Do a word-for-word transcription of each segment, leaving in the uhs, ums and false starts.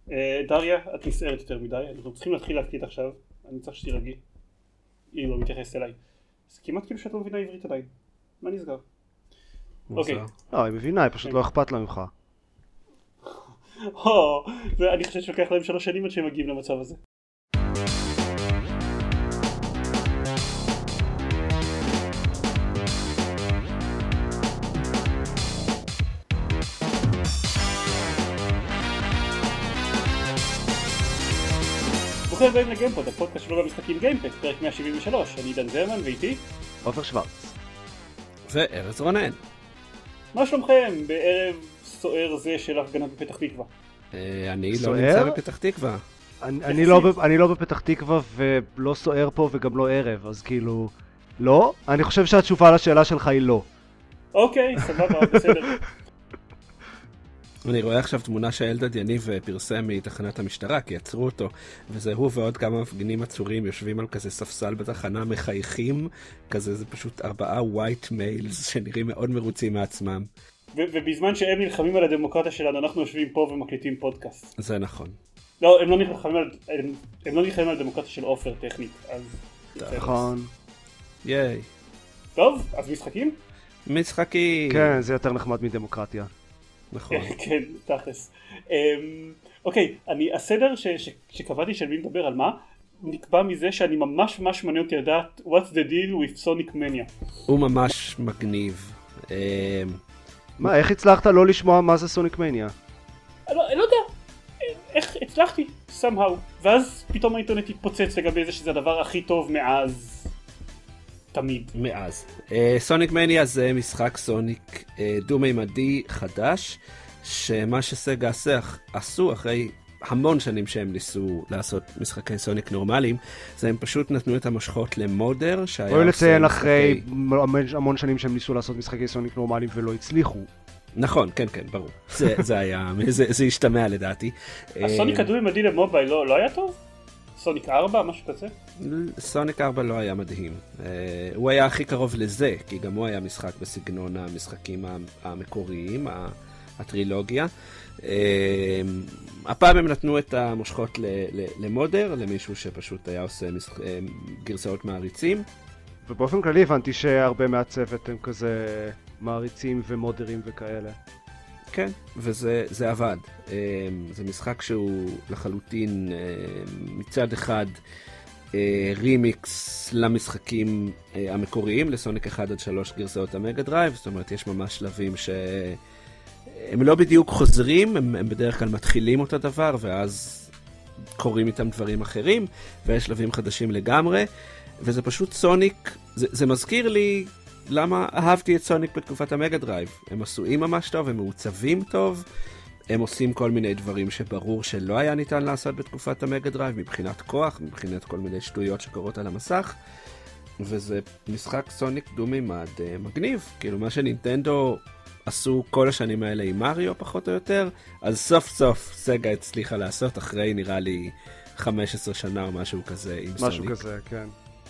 דריה, את נסערת יותר מדי, אנחנו צריכים להתחיל להקליט עכשיו, אני צריך שתירגעי. היא לא מתייחסת אליי. זה כמעט כאילו שאת לא מבינה עברית עדיין. מה נסגר? אוקיי. לא, היא מבינה, היא פשוט לא אכפת לה ממך. אני חושב שלוקח להם שלוש שנים עד שהם מגיעים למצב הזה. ברוכים הבאים לגיימפוד, הפודקאסט שלו במשחקים גיימפד, פרק מאה שבעים ושלוש. אני דן זרמן ואיתי עופר שוורץ וארז רונן. מה שלומכם בערב סוער זה של הפגנת בפתח תקווה? אני לא נמצא בפתח תקווה. אני לא בפתח תקווה ולא סוער פה וגם לא ערב, אז כאילו לא. אני חושב שהתשובה לשאלה שלך היא לא. אוקיי, סבבה, בסדר. אני רואה עכשיו תמונה שאלדד יניב פרסם מתחנת המשטרה, כי יצרו אותו, וזה הוא ועוד כמה מפגינים עצורים יושבים על כזה ספסל בתחנה מחייכים, כזה זה פשוט ארבעה ווייט מיילס שנראים מאוד מרוצים מעצמם. ובזמן שהם נלחמים על הדמוקרטיה שלנו, אנחנו יושבים פה ומקליטים פודקאסט. זה נכון. לא, הם לא נלחמים על, הם, הם לא נלחמים על הדמוקרטיה של עופר טכנית, אז... נכון. ייי. טוב, אז משחקים? משחקים. כן, זה יותר נחמד מדמוקרטיה. נכון. כן, תכלס. אוקיי, אני, הסדר שקבעתי של מי מדבר על מה, נקבע מזה שאני ממש ממש מעניין אותי לדעת what's the deal with Sonic Mania. הוא ממש מגניב. מה, איך הצלחת לא לשמוע מה זה סוניק מניה? לא יודע, איך הצלחתי, somehow. ואז פתאום האינטרנט התפוצץ לגבי זה שזה הדבר הכי טוב מאז... תמיד. מאז. סוניק מניה זה משחק סוניק דו-מימדי חדש, שמה שסגה עשו אחרי המון שנים שהם ניסו לעשות משחקי סוניק נורמליים, זה הם פשוט נתנו את המושכות למודר, שהיה... בואי לציין אחרי המון שנים שהם ניסו לעשות משחקי סוניק נורמליים ולא הצליחו. נכון, כן, כן, ברור. זה היה, זה השתמע לדעתי. הסוניק הדו-מימדי למובייל לא היה טוב? סוניק ארבע, משהו כזה? סוניק ארבע לא היה מדהים. הוא היה הכי קרוב לזה, כי גם הוא היה משחק בסגנון המשחקים המקוריים, הטרילוגיה. הפעם הם נתנו את המושכות למודר, למישהו שפשוט היה עושה גרסאות מעריצים. ובאופן כללי הבנתי שהרבה מהצוות הם כזה מעריצים ומודרים וכאלה. כן, וזה זה עבד. זה משחק שהוא לחלוטין מצד אחד רימיקס למשחקים המקוריים, לסוניק אחת עד שלוש גרסאות המגה דרייב, זאת אומרת יש ממש שלבים שהם לא בדיוק חוזרים, הם, הם בדרך כלל מתחילים אותו דבר ואז קוראים איתם דברים אחרים, ויש שלבים חדשים לגמרי, וזה פשוט סוניק, זה, זה מזכיר לי למה אהבתי את סוניק בתקופת המגה דרייב. הם עשויים ממש טוב, הם מעוצבים טוב, הם עושים כל מיני דברים שברור שלא היה ניתן לעשות בתקופת המגה דרייב, מבחינת כוח, מבחינת כל מיני שטויות שקורות על המסך, וזה משחק סוניק דו-מימד מגניב, כאילו מה שנינטנדו עשו כל השנים האלה עם מריו פחות או יותר, אז סוף סוף סגה הצליחה לעשות אחרי נראה לי חמש עשרה שנה או משהו כזה עם משהו סוניק. משהו כזה, כן.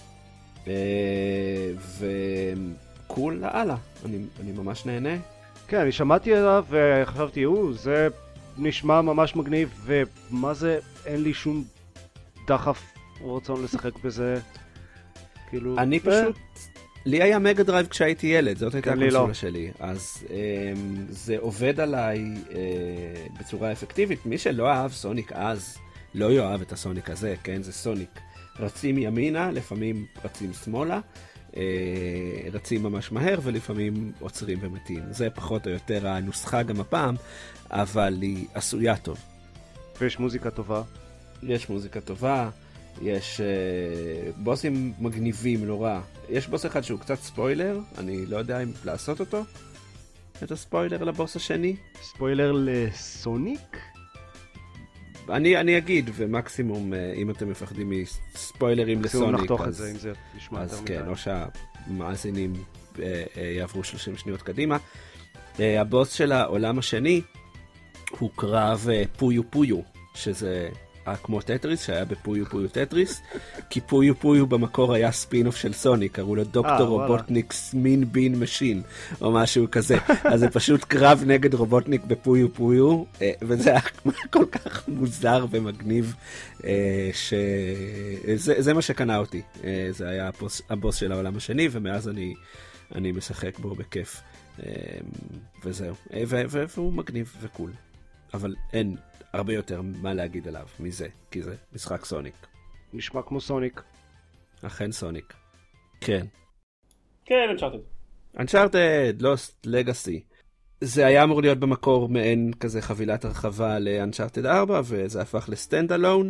וקול לאללה, אני, אני ממש נהנה. כן, אני שמעתי עליו וחשבתי, הוא, זה נשמע ממש מגניב, ומה זה, אין לי שום דחף או רצון לשחק בזה, כאילו... אני פשוט, לי היה מגה דרייב כשהייתי ילד, זאת הייתה הקונסולה שלי, אז זה עובד עליי בצורה אפקטיבית. מי שלא אהב סוניק אז, לא יאהב את הסוניק הזה, כן, זה סוניק. רצים ימינה, לפעמים רצים שמאלה, רצים ממש מהר ולפעמים עוצרים ומתים. זה פחות או יותר הנוסחה גם הפעם, אבל היא עשויה טוב. ויש מוזיקה טובה. יש מוזיקה טובה, יש בוסים מגניבים נורא. יש בוס אחד שהוא קצת ספוילר, אני לא יודע אם לעשות אותו, את הספוילר לבוס השני. ספוילר לסוניק? אני, אני אגיד, ומקסימום, אם אתם מפחדים מספוילרים לסוניק, אז, את זה, אם זה נשמע אז יותר כן, מדי. או שהמאזינים יעברו שלושים שניות קדימה. הבוס של העולם השני הוא קרב פויו פויו, שזה כמו טטריס שהיה בפויו פויו טטריס, כי פויו פויו במקור היה ספין-אוף של סוניק, קראו לו דוקטור רובוטניקס מין בין משין, או משהו כזה. אז זה פשוט קרב נגד רובוטניק בפויו פויו, וזה היה כל כך מוזר ומגניב, שזה מה שקנה אותי. זה היה הבוס של העולם השני, ומאז אני, אני משחק בו בכיף. וזהו. והוא מגניב וקול. אבל אין הרבה יותר מה להגיד עליו מזה, כי זה משחק סוניק. נשמע כמו סוניק. אכן סוניק. כן. כן, אנצ'ארטד. אנצ'ארטד, לוסט לגאסי. זה היה אמור להיות במקור מעין כזה חבילת הרחבה לאנצ'ארטד ארבע, וזה הפך לסטנד אלון.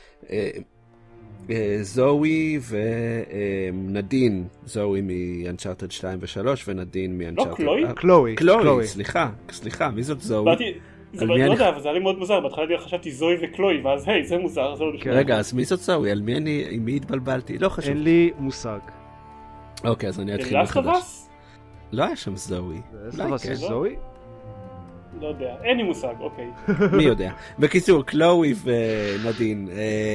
זוהי ונדין, זוהי מאנצ'ארטד שתיים ושלוש, ונדין מאנצ'ארטד... לא, קלוי? קלוי. קלוי, סליחה, סליחה, מי זאת זוהי? זה לא יודע, אבל זה היה לי מאוד מוזר, בהתחלה חשבתי זוהי וקלוי, ואז היי, זה מוזר, זה לא נשמע. רגע, אז מי זאת זוהי? על מי אני, עם מי התבלבלתי? לא חשוב. אין לי מושג. אוקיי, אז אני אתחיל מחדש. לאסטובס? לא היה שם זוהי. לאסטובס זה זוהי? לא יודע, אין לי מושג, אוקיי. מי יודע. בקיצור, קלוי ונדין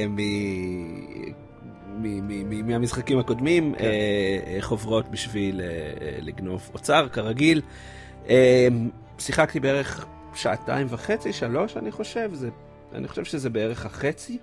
מהמשחקים הקודמים חוברות בשביל לגנוב אוצר, כרגיל. שיחקתי בערך שעתיים וחצי, שלוש אני חושב, אני חושב שזה בערך החצי.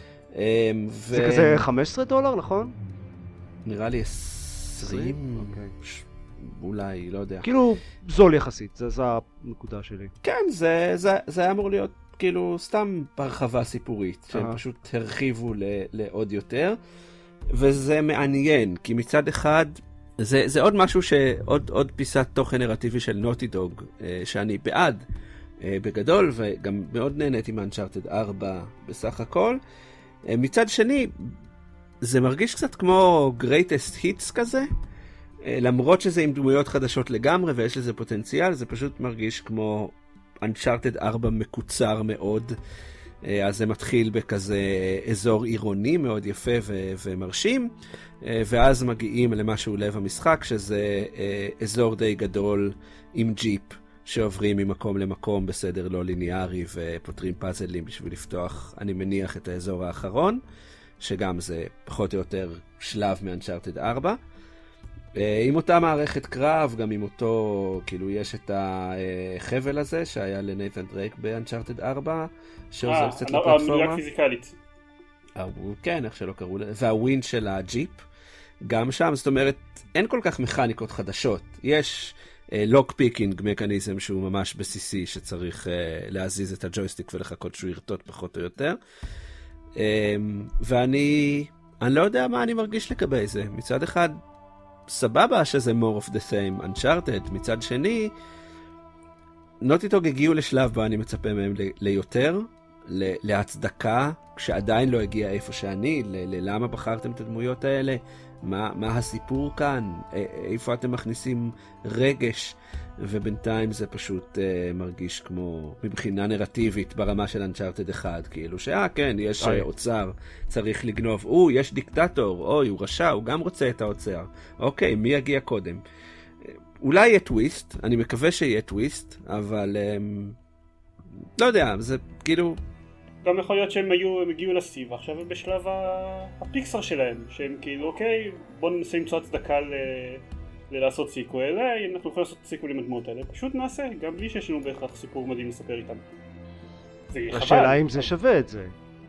זה כזה חמישה עשר דולר, נכון? נראה לי עשרים, אולי, לא יודע. כאילו זול יחסית, זו הנקודה שלי. כן, זה היה אמור להיות כאילו סתם הרחבה סיפורית, שהם פשוט הרחיבו לעוד יותר, וזה מעניין, כי מצד אחד, זה עוד משהו שעוד פיסת תוכן נרטיבי של נוטי דוג, שאני בעד בגדול, וגם מאוד נהניתי מאנצ'ארטד ארבע בסך הכל. מצד שני, זה מרגיש קצת כמו greatest hits כזה, למרות שזה עם דמויות חדשות לגמרי ויש לזה פוטנציאל, זה פשוט מרגיש כמו אנצ'ארטד ארבע מקוצר מאוד. אז זה מתחיל בכזה אזור עירוני מאוד יפה ו- ומרשים, ואז מגיעים למשהו לב המשחק, שזה אזור די גדול עם ג'יפ, שעוברים ממקום למקום בסדר לא ליניארי, ופותרים פאזלים בשביל לפתוח, אני מניח, את האזור האחרון, שגם זה פחות או יותר שלב מאנצ'ארטד ארבע. עם אותה מערכת קרב, גם עם אותו, כאילו יש את החבל הזה שהיה לנייתן דרייק באנצ'ארטד ארבע, שעוזר קצת לפלטפורמה. המדויק פיזיקלית. כן, איך שלא קראו לזה. והווינד של הג'יפ, גם שם, זאת אומרת, אין כל כך מכניקות חדשות. יש לוק פיקינג מקניזם שהוא ממש בסיסי, שצריך uh, להזיז את הג'ויסטיק ולחכות שהוא ירטוט פחות או יותר. Um, ואני אני לא יודע מה אני מרגיש לגבי זה. מצד אחד, סבבה שזה more of the same Uncharted. מצד שני, נוטי דוג הגיעו לשלב בה אני מצפה מהם ל- ליותר, ל- להצדקה, כשעדיין לא הגיע איפה שאני, ל- ללמה בחרתם את הדמויות האלה, מה, מה הסיפור כאן, איפה אתם מכניסים רגש, ובינתיים זה פשוט uh, מרגיש כמו מבחינה נרטיבית ברמה של אנצ'ארטד אחד, כאילו שאה כן, יש אוי. אוצר, צריך לגנוב, או, יש דיקטטור, אוי, הוא רשע, הוא גם רוצה את האוצר, אוקיי, מי יגיע קודם? אולי יהיה טוויסט, אני מקווה שיהיה טוויסט, אבל um, לא יודע, זה כאילו... גם יכול להיות שהם היו, הם הגיעו לסי, ועכשיו הם בשלב הפיקסר שלהם, שהם כאילו, אוקיי, בואו ננסה למצוא הצדקה ל... ללעשות סיקוול, אנחנו יכולים לעשות סיקוול עם הדמות האלה, פשוט נעשה, גם בלי שיש לנו בהכרח סיפור מדהים לספר איתם. זה יהיה חבל. השאלה אם זה שווה את זה.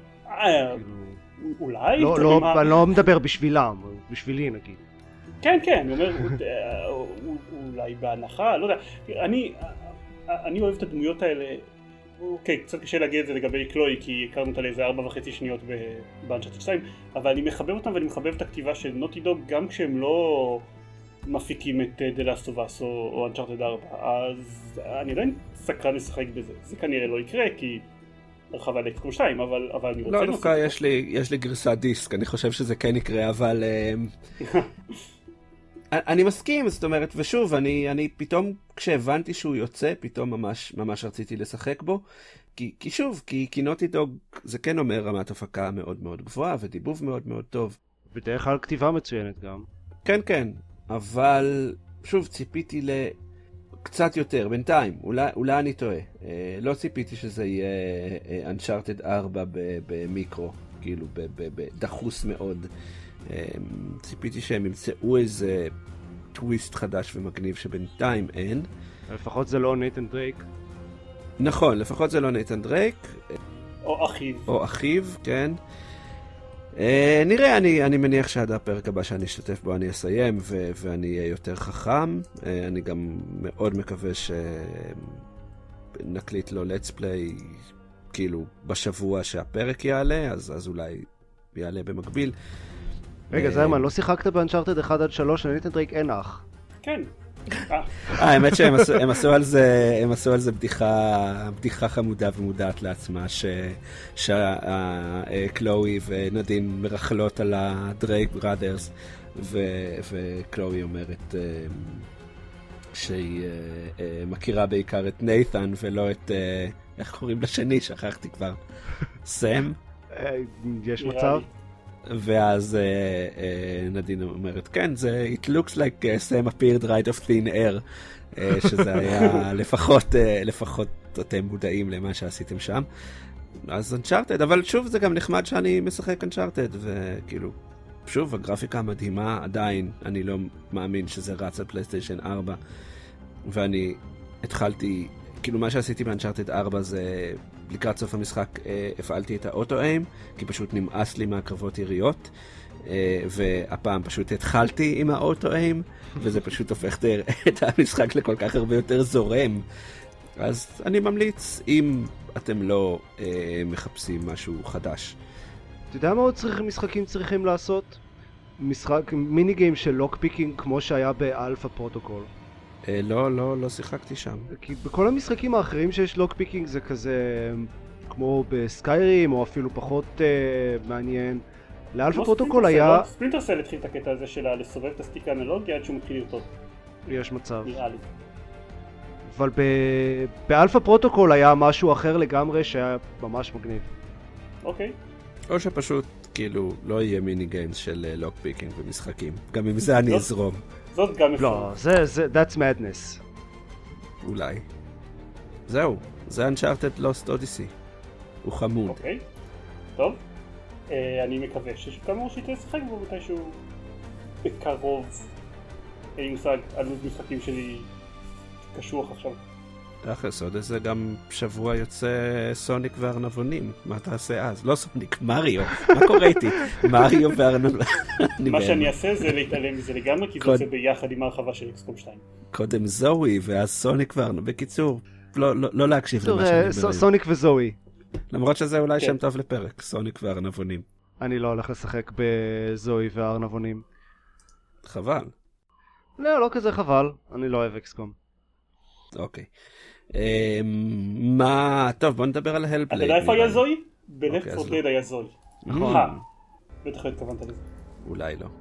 אולי? אני לא מדבר בשבילם, בשבילי נגיד. כן, כן, אני אומר, אולי בהנחה, לא יודע, אני אוהב את הדמויות האלה, אוקיי, קצת קשה להגיד את זה לגבי קלוי, כי הכרנו אותה לאיזה ארבע וחצי שניות באנצ'ארטד שתיים, אבל אני מחבב אותם ואני מחבב את הכתיבה של נוטי דוג, גם כשהם לא מפיקים את The Last of Us או אנצ'ארטד ארבע, אז אני עדיין סקרן לשחק בזה. זה כנראה לא יקרה, כי הרחבה לאקס קום שתיים, אבל אני רוצה... לא, דווקא יש לי, יש לי גרסת דיסק, אני חושב שזה כן יקרה, אבל... אני מסכים, זאת אומרת, ושוב, אני, אני פתאום, כשהבנתי שהוא יוצא, פתאום ממש, ממש רציתי לשחק בו, כי, כי שוב, כי, כי נוטי דוג, זה כן אומר רמת הפקה מאוד מאוד גבוהה, ודיבוב מאוד מאוד טוב. בדרך כלל כתיבה מצוינת גם. כן, כן, אבל, שוב, ציפיתי ל... קצת יותר, בינתיים, אולי, אולי אני טועה. אה, לא ציפיתי שזה יהיה אה, Uncharted ארבע במיקרו, כאילו בדחוס מאוד. אה, ציפיתי שהם ימצאו איזה טוויסט חדש ומגניב שבינתיים אין. לפחות זה לא נייתן דרייק. נכון, לפחות זה לא נייתן דרייק. או אחיו. או אחיו, כן. Uh, נראה, אני, אני מניח שעד הפרק הבא שאני אשתתף בו אני אסיים ו- ואני אהיה יותר חכם. Uh, אני גם מאוד מקווה שנקליט לו let's play כאילו בשבוע שהפרק יעלה, אז, אז אולי יעלה במקביל. רגע, uh, זיימן, לא שיחקת באנצ'ארטד אחד עד שלוש, לנייתן דרייק אין אח. כן. האמת שהם עשו, הם עשו על זה, הם עשו על זה בדיחה, בדיחה חמודה ומודעת לעצמה, שקלואי ונדין מרחלות על הדרייק בראדרס, וקלואי אומרת שהיא מכירה בעיקר את נייתן ולא את, איך קוראים לשני? שכחתי כבר. סם? יש מצב? ואז uh, uh, נדין אומרת, כן, זה, it looks like uh, Sam appeared right of thin air, uh, שזה היה לפחות, uh, לפחות אתם מודעים למה שעשיתם שם. אז Uncharted, אבל שוב זה גם נחמד שאני משחק Uncharted, וכאילו, שוב, הגרפיקה המדהימה, עדיין, אני לא מאמין שזה רץ על פלייסטיישן ארבע, ואני התחלתי, כאילו מה שעשיתי ב-Uncharted ארבע זה... לקראת סוף המשחק אה, הפעלתי את האוטו-איים, כי פשוט נמאס לי מהקרבות יריות, אה, והפעם פשוט התחלתי עם האוטו-איים, וזה פשוט הופך את המשחק לכל כך הרבה יותר זורם. אז אני ממליץ, אם אתם לא אה, מחפשים משהו חדש. אתה יודע מה עוד צריכים, משחקים צריכים לעשות? משחק, מיני גיים של לוק פיקינג כמו שהיה באלפא פרוטוקול. אה, לא, לא, לא שיחקתי שם. כי בכל המשחקים האחרים שיש לוק פיקינג זה כזה כמו בסקיירים או אפילו פחות uh, מעניין. לאלפא פרוטוקול היה... ספלינטר סל התחיל את הקטע הזה שלה לסובב את הסטיק האנלוגי עד שהוא מתחיל לרטוט. יש מצב. נראה לי. אבל ב... באלפא פרוטוקול היה משהו אחר לגמרי שהיה ממש מגניב. אוקיי. או שפשוט כאילו לא יהיה מיני גיימס של לוק פיקינג במשחקים. גם עם זה אני אזרום. זאת גם אפשר. לא, זה, זה, that's madness. אולי. זהו, זה Uncharted Lost Odyssey. הוא חמוד. אוקיי, טוב. אה, אני מקווה שכאמור שהיא תשחק בו מתישהו בקרוב. אין לי מושג, עלות משחקים שלי קשוח עכשיו. תכלס, עוד איזה גם שבוע יוצא סוניק וארנבונים. מה תעשה אז? לא סוניק, מריו. מה קורה איתי? מריו וארנבונים. מה שאני אעשה זה להתעלם מזה לגמרי, כי זה יוצא ביחד עם הרחבה של אקס קום שתיים. קודם זוהי ואז סוניק וארנבונים. בקיצור, לא להקשיב למה שאני מדבר. סוניק וזוהי. למרות שזה אולי שם טוב לפרק, סוניק וארנבונים. אני לא הולך לשחק בזוהי וארנבונים. חבל. לא, לא כזה חבל. אני לא אוהב אקס קום. אוקיי. מה... טוב, בוא נדבר על הלבלייד. אתה יודע איפה היה זוהי? בלפט פור דד היה זוהי. נכון. בטח לא התכוונת לזה. אולי לא.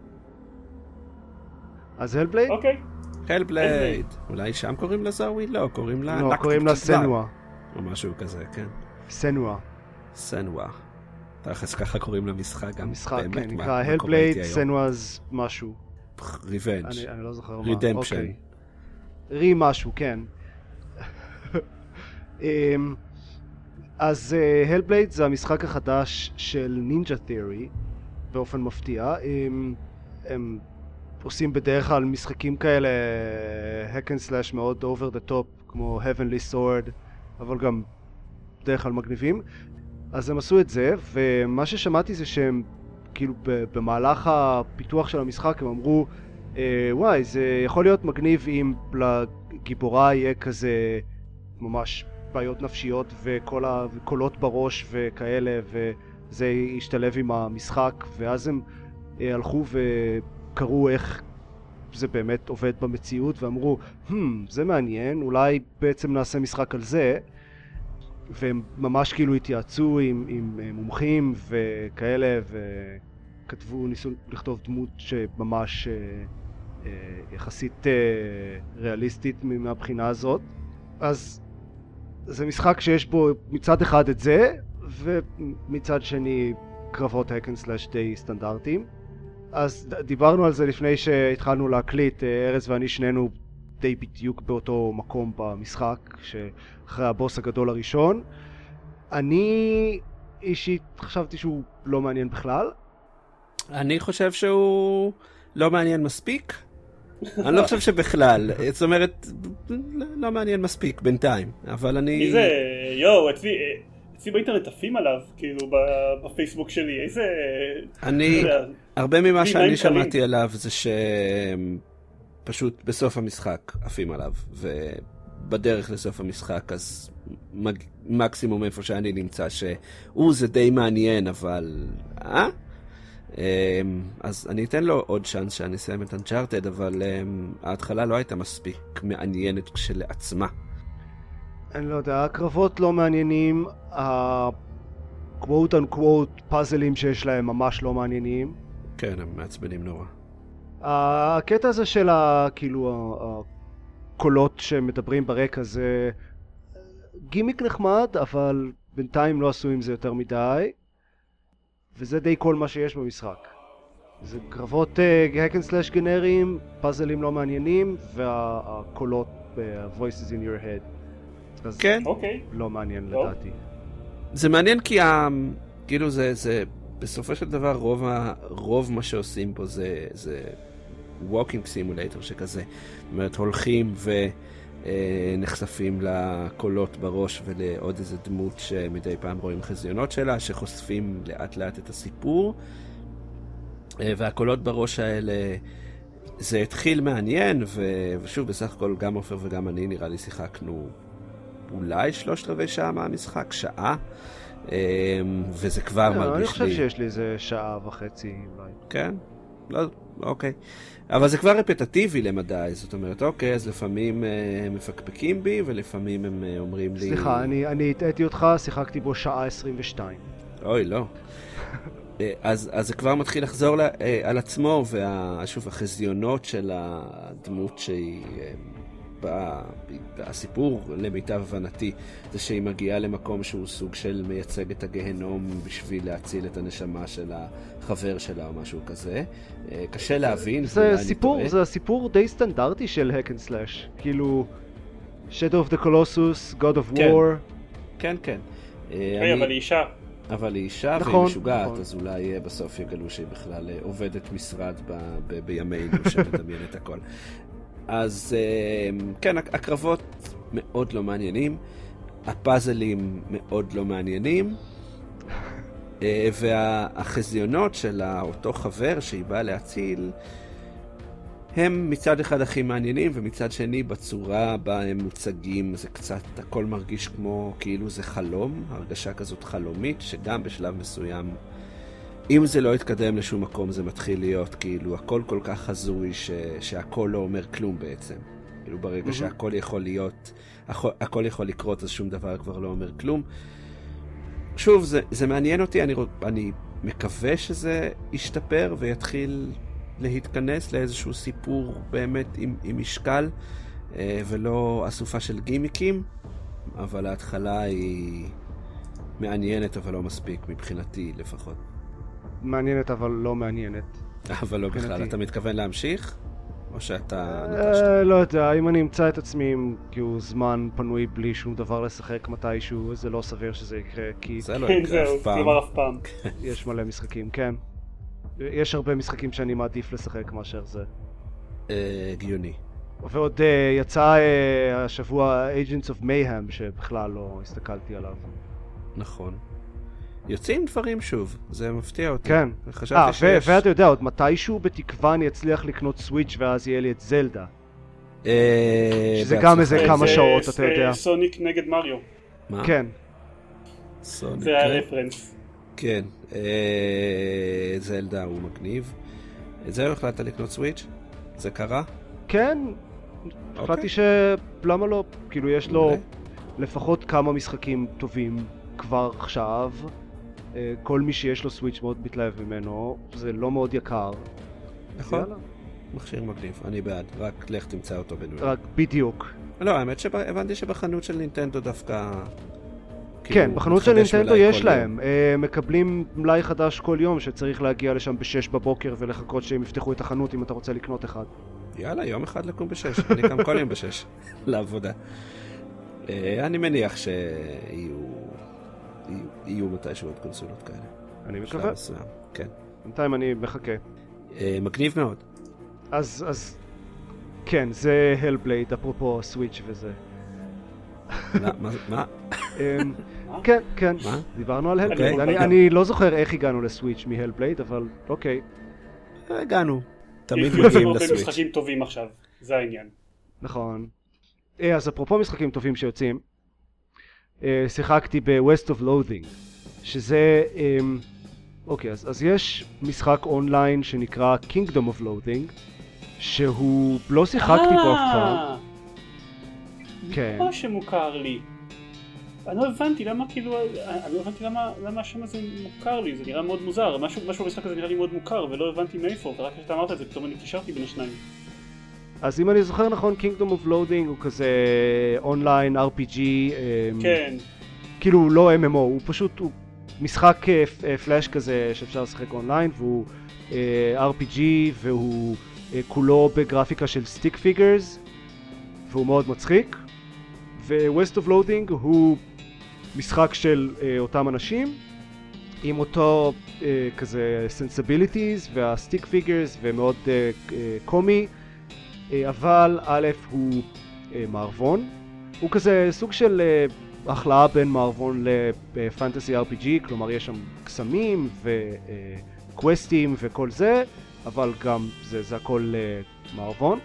אז הלבלייד? אוקיי. הלבלייד. אולי שם קוראים לה זוהי? לא, קוראים לה... לא, קוראים לה סנואה. או משהו כזה, כן. סנואה. סנואה. תכף ככה קוראים למשחק גם. המשחק, כן, נקרא הלבלייד, סנואז משהו. ריבנג'. אני לא זוכר מה. רידמפשן. רי משהו, כן. אז הלבלייד זה המשחק החדש של נינג'ה תיאורי, באופן מפתיע. הם עושים בדרך כלל משחקים כאלה hack and slash מאוד over the top, כמו Heavenly Sword, אבל גם בדרך כלל מגניבים. אז הם עשו את זה, ומה ששמעתי זה שהם כאילו במהלך הפיתוח של המשחק הם אמרו וואי, זה יכול להיות מגניב אם לגיבורה יהיה כזה ממש בעיות נפשיות וכל הקולות בראש וכאלה, וזה ישתלב עם המשחק. ואז הם הלכו וקראו איך זה באמת עובד במציאות ואמרו, hmm, זה מעניין, אולי בעצם נעשה משחק על זה. והם ממש כאילו התייעצו עם, עם מומחים וכאלה, וכתבו, ניסו לכתוב דמות שממש יחסית ריאליסטית מהבחינה הזאת. אז זה משחק שיש בו מצד אחד את זה, ומצד שני קרבות hack and slash די סטנדרטיים. אז דיברנו על זה לפני שהתחלנו להקליט, ארז ואני שנינו די בדיוק באותו מקום במשחק, שאחרי הבוס הגדול הראשון. אני אישית חשבתי שהוא לא מעניין בכלל. אני חושב שהוא לא מעניין מספיק. אני לא חושב שבכלל, זאת אומרת, לא מעניין מספיק בינתיים, אבל אני... מי זה, יואו, אצלי, אצלי באינטרנט עפים עליו, כאילו בפייסבוק שלי, איזה... אני, הרבה ממה שאני שמעתי עליו זה שפשוט בסוף המשחק עפים עליו, ובדרך לסוף המשחק, אז מקסימום איפה שאני נמצא, שהוא זה די מעניין, אבל... אה? אז אני אתן לו עוד צ'אנס שאני אסיים את אנצ'ארטד, אבל ההתחלה לא הייתה מספיק מעניינת כשלעצמה. אני לא יודע, הקרבות לא מעניינים, ה-quote unquote פאזלים שיש להם ממש לא מעניינים. כן, הם מעצבנים נורא. הקטע הזה של ה... כאילו הקולות שמדברים ברקע זה גימיק נחמד, אבל בינתיים לא עשו עם זה יותר מדי. וזה די כל מה שיש במשחק. זה קרבות hack and slash גנריים, פאזלים לא מעניינים, והקולות ב-voices in your head. אז כן. אוקיי. לא מעניין לדעתי. זה מעניין כי ה... כאילו זה, זה, בסופו של דבר רוב, ה... רוב מה שעושים פה זה, זה walking simulator שכזה. זאת אומרת, הולכים ונחשפים לקולות בראש ולעוד איזה דמות שמדי פעם רואים חזיונות שלה, שחושפים לאט לאט את הסיפור. והקולות בראש האלה, זה התחיל מעניין, ו... ושוב, בסך הכל גם עופר וגם אני נראה לי שיחקנו אולי שלושת רבעי שעה מהמשחק, שעה, וזה כבר מרגיש לי... אני חושב שיש לי איזה שעה וחצי אולי. כן? לא, אוקיי. אבל זה כבר רפטטיבי למדי, זאת אומרת, אוקיי, אז לפעמים הם מפקפקים בי, ולפעמים הם אומרים לי... סליחה, אני, אני הטעיתי אותך, שיחקתי בו שעה עשרים ושתיים. אוי, לא. אז, אז זה כבר מתחיל לחזור לה, על עצמו, ושוב, החזיונות של הדמות שהיא... הסיפור למיטב הבנתי זה שהיא מגיעה למקום שהוא סוג של מייצג את הגהנום בשביל להציל את הנשמה של החבר שלה או משהו כזה. קשה להבין. זה סיפור, זה הסיפור די סטנדרטי של hack and slash, כאילו Shadow of the Colossus, God of War. כן, כן. אבל היא אישה. אבל היא אישה והיא משוגעת, אז אולי בסוף יגלו שהיא בכלל עובדת משרד בימינו שמדמיין את הכל. אז כן, הקרבות מאוד לא מעניינים, הפאזלים מאוד לא מעניינים, והחזיונות של אותו חבר שהיא באה להציל, הם מצד אחד הכי מעניינים, ומצד שני בצורה בה הם מוצגים, זה קצת, הכל מרגיש כמו כאילו זה חלום, הרגשה כזאת חלומית, שגם בשלב מסוים, אם זה לא יתקדם לשום מקום, זה מתחיל להיות כאילו הכל כל כך חזוי ש... שהכל לא אומר כלום בעצם. כאילו ברגע mm-hmm. שהכל יכול להיות, הכל, הכל יכול לקרות, אז שום דבר כבר לא אומר כלום. שוב, זה, זה מעניין אותי, אני, אני מקווה שזה ישתפר ויתחיל להתכנס לאיזשהו סיפור באמת עם, עם משקל, ולא אסופה של גימיקים, אבל ההתחלה היא מעניינת, אבל לא מספיק מבחינתי לפחות. מעניינת אבל לא מעניינת. אבל לא בכלל. אתה מתכוון להמשיך? או שאתה... לא יודע, אם אני אמצא את עצמי עם כאילו זמן פנוי בלי שום דבר לשחק מתישהו, זה לא סביר שזה יקרה, כי... זה לא יקרה אף פעם. כלומר אף פעם. יש מלא משחקים, כן. יש הרבה משחקים שאני מעדיף לשחק מאשר זה. הגיוני. ועוד יצא השבוע Agents of Mayhem, שבכלל לא הסתכלתי עליו. נכון. יוצאים דברים שוב, זה מפתיע אותי. כן. חשבתי שיש... ואתה יודע, עוד מתישהו בתקווה אני אצליח לקנות סוויץ' ואז יהיה לי את זלדה. שזה גם איזה כמה שעות, אתה יודע. זה סוניק נגד מריו. מה? כן. זה הרפרנס. כן. זלדה הוא מגניב. את זה החלטת לקנות סוויץ'? זה קרה? כן. החלטתי ש... למה לא? כאילו יש לו לפחות כמה משחקים טובים כבר עכשיו. כל מי שיש לו סוויץ' מאוד מתלהב ממנו, זה לא מאוד יקר. נכון. מכשיר מגניב, אני בעד, רק לך תמצא אותו בניו. רק בדיוק. לא, האמת שהבנתי שבחנות של נינטנדו דווקא... כן, בחנות של נינטנדו יש להם. מקבלים מלאי חדש כל יום שצריך להגיע לשם בשש בבוקר ולחכות שהם יפתחו את החנות אם אתה רוצה לקנות אחד. יאללה, יום אחד לקום בשש. אני קם כל יום בשש לעבודה. אני מניח שיהיו יהיו מתישהו עוד קונסולות כאלה. אני מקווה. כן. בינתיים אני מחכה. מגניב מאוד. אז, אז, כן, זה Hellblade, אפרופו סוויץ' וזה. מה? מה? כן, כן, מה? דיברנו על Hellblade. אני לא זוכר איך הגענו לסוויץ' מ-Hellblade, אבל אוקיי. הגענו. תמיד מגיעים מגיעים לסוויץ'. לסוויץ'. משחקים טובים עכשיו, זה העניין. נכון. אז אפרופו משחקים טובים שיוצאים, שיחקתי ב-West of Loathing, שזה, אוקיי, אז, אז יש משחק אונליין שנקרא Kingdom of Loathing, שהוא לא שיחקתי בו אף פעם. כן. כמו שמוכר לי. אני לא הבנתי למה כאילו, אני לא הבנתי למה, למה השם הזה מוכר לי, זה נראה מאוד מוזר, משהו, משהו במשחק הזה נראה לי מאוד מוכר ולא הבנתי מאיפה, ורק כשאתה אמרת את זה פתאום אני קישרתי בין השניים. אז אם אני זוכר נכון, Kingdom of Loathing הוא כזה אונליין אר פי ג'י, כן. כאילו לא אם אם או, הוא פשוט, הוא משחק פלאש כזה שאפשר לשחק אונליין, והוא אר פי ג'י והוא כולו בגרפיקה של סטיק פיגרס, והוא מאוד מצחיק. ו-West of Loathing הוא משחק של אותם אנשים עם אותו כזה sensibilities וה-stick figures ומאוד קומי, אבל א' הוא מערבון, הוא כזה סוג של החלאה בין מערבון לפנטסי אר פי ג'י, כלומר יש שם קסמים וקווסטים וכל זה, אבל גם זה, זה הכל מערבון.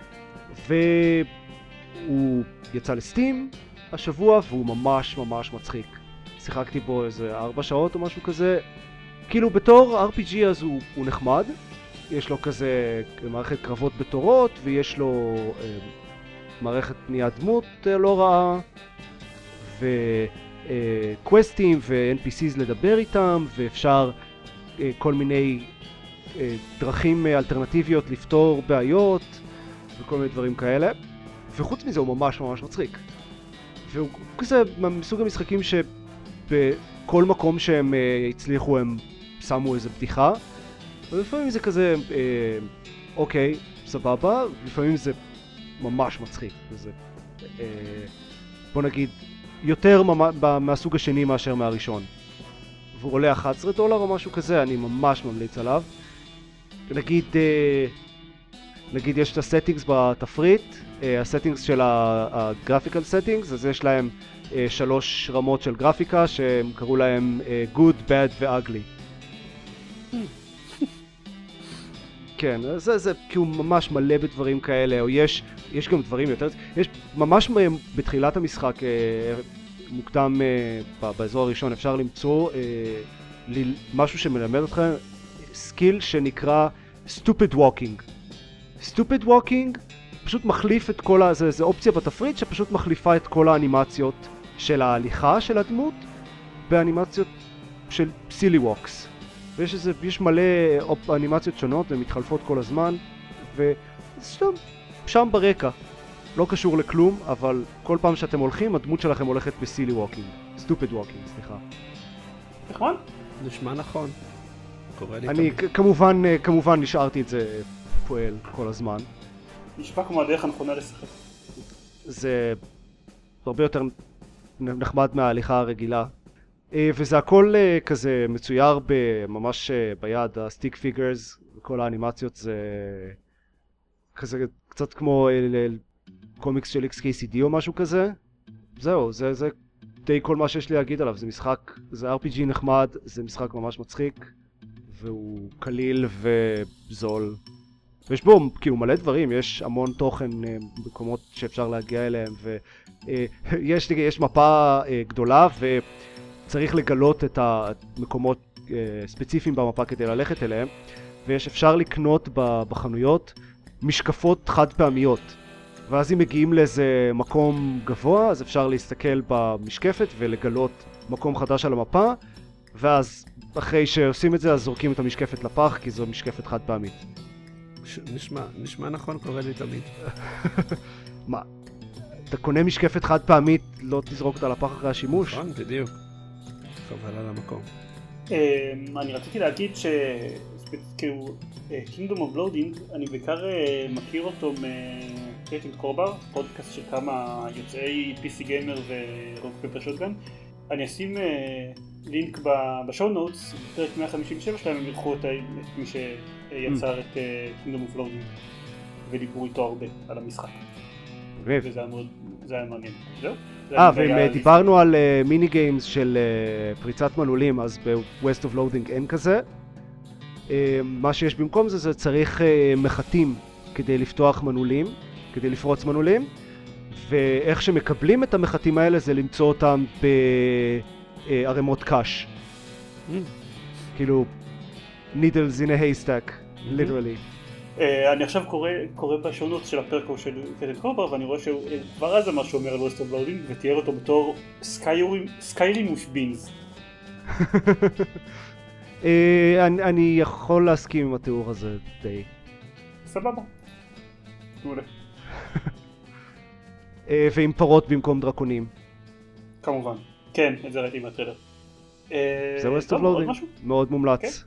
והוא יצא לסטים השבוע והוא ממש ממש מצחיק. שיחקתי בו איזה ארבע שעות או משהו כזה. כאילו בתור אר פי ג'י אז הוא, הוא נחמד, יש לו כזה מערכת קרבות בתורות ויש לו אה, מערכת בניית דמות אה, לא רעה וקווסטים ו-אן פי סיז לדבר איתם, ואפשר אה, כל מיני אה, דרכים אה, אלטרנטיביות לפתור בעיות וכל מיני דברים כאלה. וחוץ מזה הוא ממש ממש מצחיק. והוא כזה מסוג המשחקים שבכל מקום שהם אה, הצליחו הם שמו איזה בדיחה, ולפעמים זה כזה אה, אוקיי, סבבה, לפעמים זה ממש מצחיק. וזה, אה, בוא נגיד, יותר ממ- מהסוג השני מאשר מהראשון. והוא עולה אחת עשרה דולר או משהו כזה, אני ממש ממליץ עליו. נגיד, אה, נגיד יש את הסטינגס בתפריט, הסטינגס של הגרפיקל סטינגס, אז יש להם שלוש רמות של גרפיקה שהם קראו להם good, bad ו-ugly. כן, זה, זה כאילו ממש מלא בדברים כאלה, או יש, יש גם דברים יותר, יש ממש בתחילת המשחק, מוקדם באזור הראשון, אפשר למצוא משהו שמלמד אתכם, סקיל שנקרא stupid walking. stupid walking פשוט מחליף את כל ה... זה, זה אופציה בתפריט שפשוט מחליפה את כל האנימציות של ההליכה של הדמות באנימציות של סילי ווקס. ויש איזה, יש מלא אופ... אנימציות שונות ומתחלפות כל הזמן, ושם שם ברקע. לא קשור לכלום, אבל כל פעם שאתם הולכים, הדמות שלכם הולכת בסילי ווקינג. סטופד ווקינג, סליחה. נכון? נשמע נכון. קורא לי אני כ- כמובן, כמובן נשארתי את זה פועל כל הזמן. נשמע כמו הדרך הנכונה לשחק. זה הרבה יותר נחמד מההליכה הרגילה. וזה הכל כזה מצויר ממש ביד, הסטיק פיגרס וכל האנימציות זה כזה קצת כמו קומיקס של אקס קיי סי די או משהו כזה. זהו, זה, זה די כל מה שיש לי להגיד עליו. זה משחק, זה אר פי ג'י נחמד, זה משחק ממש מצחיק והוא קליל וזול. ויש בו כאילו מלא דברים, יש המון תוכן במקומות שאפשר להגיע אליהם, ויש יש מפה גדולה וצריך לגלות את המקומות ספציפיים במפה כדי ללכת אליהם, ויש אפשר לקנות בחנויות משקפות חד פעמיות, ואז אם מגיעים לאיזה מקום גבוה אז אפשר להסתכל במשקפת ולגלות מקום חדש על המפה, ואז אחרי שעושים את זה אז זורקים את המשקפת לפח כי זו משקפת חד פעמית. נשמע, נשמע נכון, קורא לי תמיד. מה? אתה קונה משקפת חד פעמית, לא תזרוק אותה לפח אחרי השימוש? נכון, בדיוק. חבל על המקום. אני רציתי להגיד ש... כאילו, Kingdom of Loading, אני בעיקר מכיר אותו מ-Creating Crowbar, פודקאסט של כמה יוצאי פי סי גיימר ורוק פפר שוטגן. אני אשים לינק בשואו נוטס, בפרק מאה חמישים ושבע שלהם הם ירחו את מי שיצר את Kingdom of Loading ודיברו איתו הרבה על המשחק. וזה היה מעניין. זהו? אה, ואם דיברנו על מיני גיימס של פריצת מנעולים, אז ב-West of Loading אין כזה. מה שיש במקום זה, זה צריך מחטים כדי לפתוח מנעולים, כדי לפרוץ מנעולים, ואיך שמקבלים את המחטים האלה זה למצוא אותם בערימות קש. כאילו, needles in a haystack, literally. אני עכשיו קורא בשונות של הפרק של קטן קורבר, ואני רואה שהוא כבר אז מה שאומר על West of Loading, ותיאר אותו בתור סקיירים with beans. אני יכול להסכים עם התיאור הזה די. סבבה. מעולה. ועם פרות במקום דרקונים. כמובן. כן, את זה ראיתי מהטריילר. זה West of Loading. מאוד מומלץ.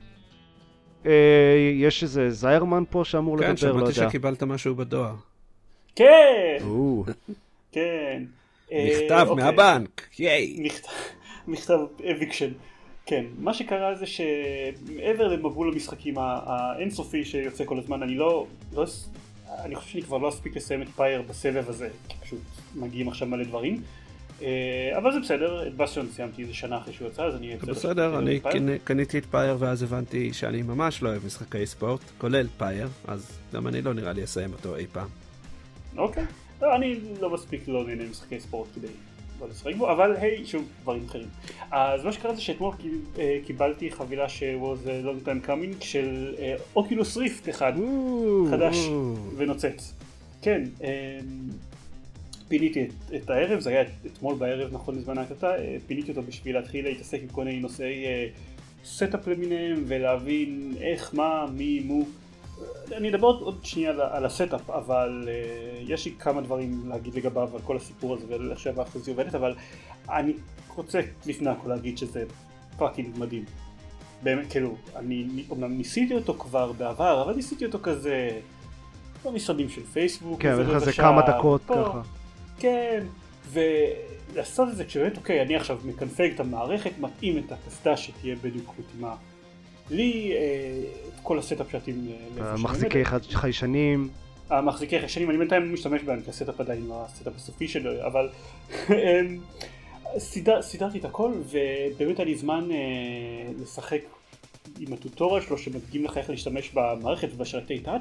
יש איזה זיירמן פה שאמור לדבר, לא יודע. כן, שמעתי שקיבלת משהו בדואר. כן! כן. מכתב מהבנק, ייי! מכתב אביקשן. כן, מה שקרה זה שמעבר למבול המשחקים האינסופי שיוצא כל הזמן, אני לא... אני חושב שאני כבר לא אספיק לסיים את פייר בסבב הזה, כי פשוט מגיעים עכשיו מלא דברים. אבל זה בסדר, את בסטיון סיימתי איזה שנה אחרי שהוא יצא, אז אני... בסדר, אני קניתי את פייר ואז הבנתי שאני ממש לא אוהב משחקי ספורט, כולל פייר, אז גם אני לא נראה לי אסיים אותו אי פעם. אוקיי, אני לא מספיק לא נהנה משחקי ספורט כדי לא לשחק בו, אבל היי, שוב, דברים אחרים. אז מה שקרה זה שאתמול קיבלתי חבילה ש-was long time coming של אוקולוס ריפט אחד, חדש ונוצץ. כן, פיניתי את, את הערב, זה היה אתמול בערב נכון לזמן ההקלטה, פיניתי אותו בשביל להתחיל להתעסק עם כל מיני נושאי סטאפ למיניהם ולהבין איך, מה, מי, מו. אני אדבר עוד, עוד שנייה על, על הסטאפ, אבל uh, יש לי כמה דברים להגיד לגביו על כל הסיפור הזה ואיך שהאחוז היא עובדת, אבל אני רוצה לפני הכל להגיד שזה פאקינג מדהים. באמת, כאילו, אני אומנם ניסיתי אותו כבר בעבר, אבל ניסיתי אותו כזה במשרדים של פייסבוק. כן, וכזה כמה דקות פה, ככה. כן, ולעשות את זה כשבאמת, אוקיי, אני עכשיו מקנפג את המערכת, מתאים את הקסדה שתהיה בדיוק מתאימה לי, את כל הסטאפ שעתים מחזיקי חיישנים. המחזיקי חיישנים, אני בינתיים משתמש בהם, כי הסטאפ עדיין לא הסטאפ הסופי שלו, אבל סידר, סידרתי את הכל, ובאמת היה לי זמן לשחק עם הטוטורל שלו, שמדגים לך איך להשתמש במערכת ובשרתי טאץ'.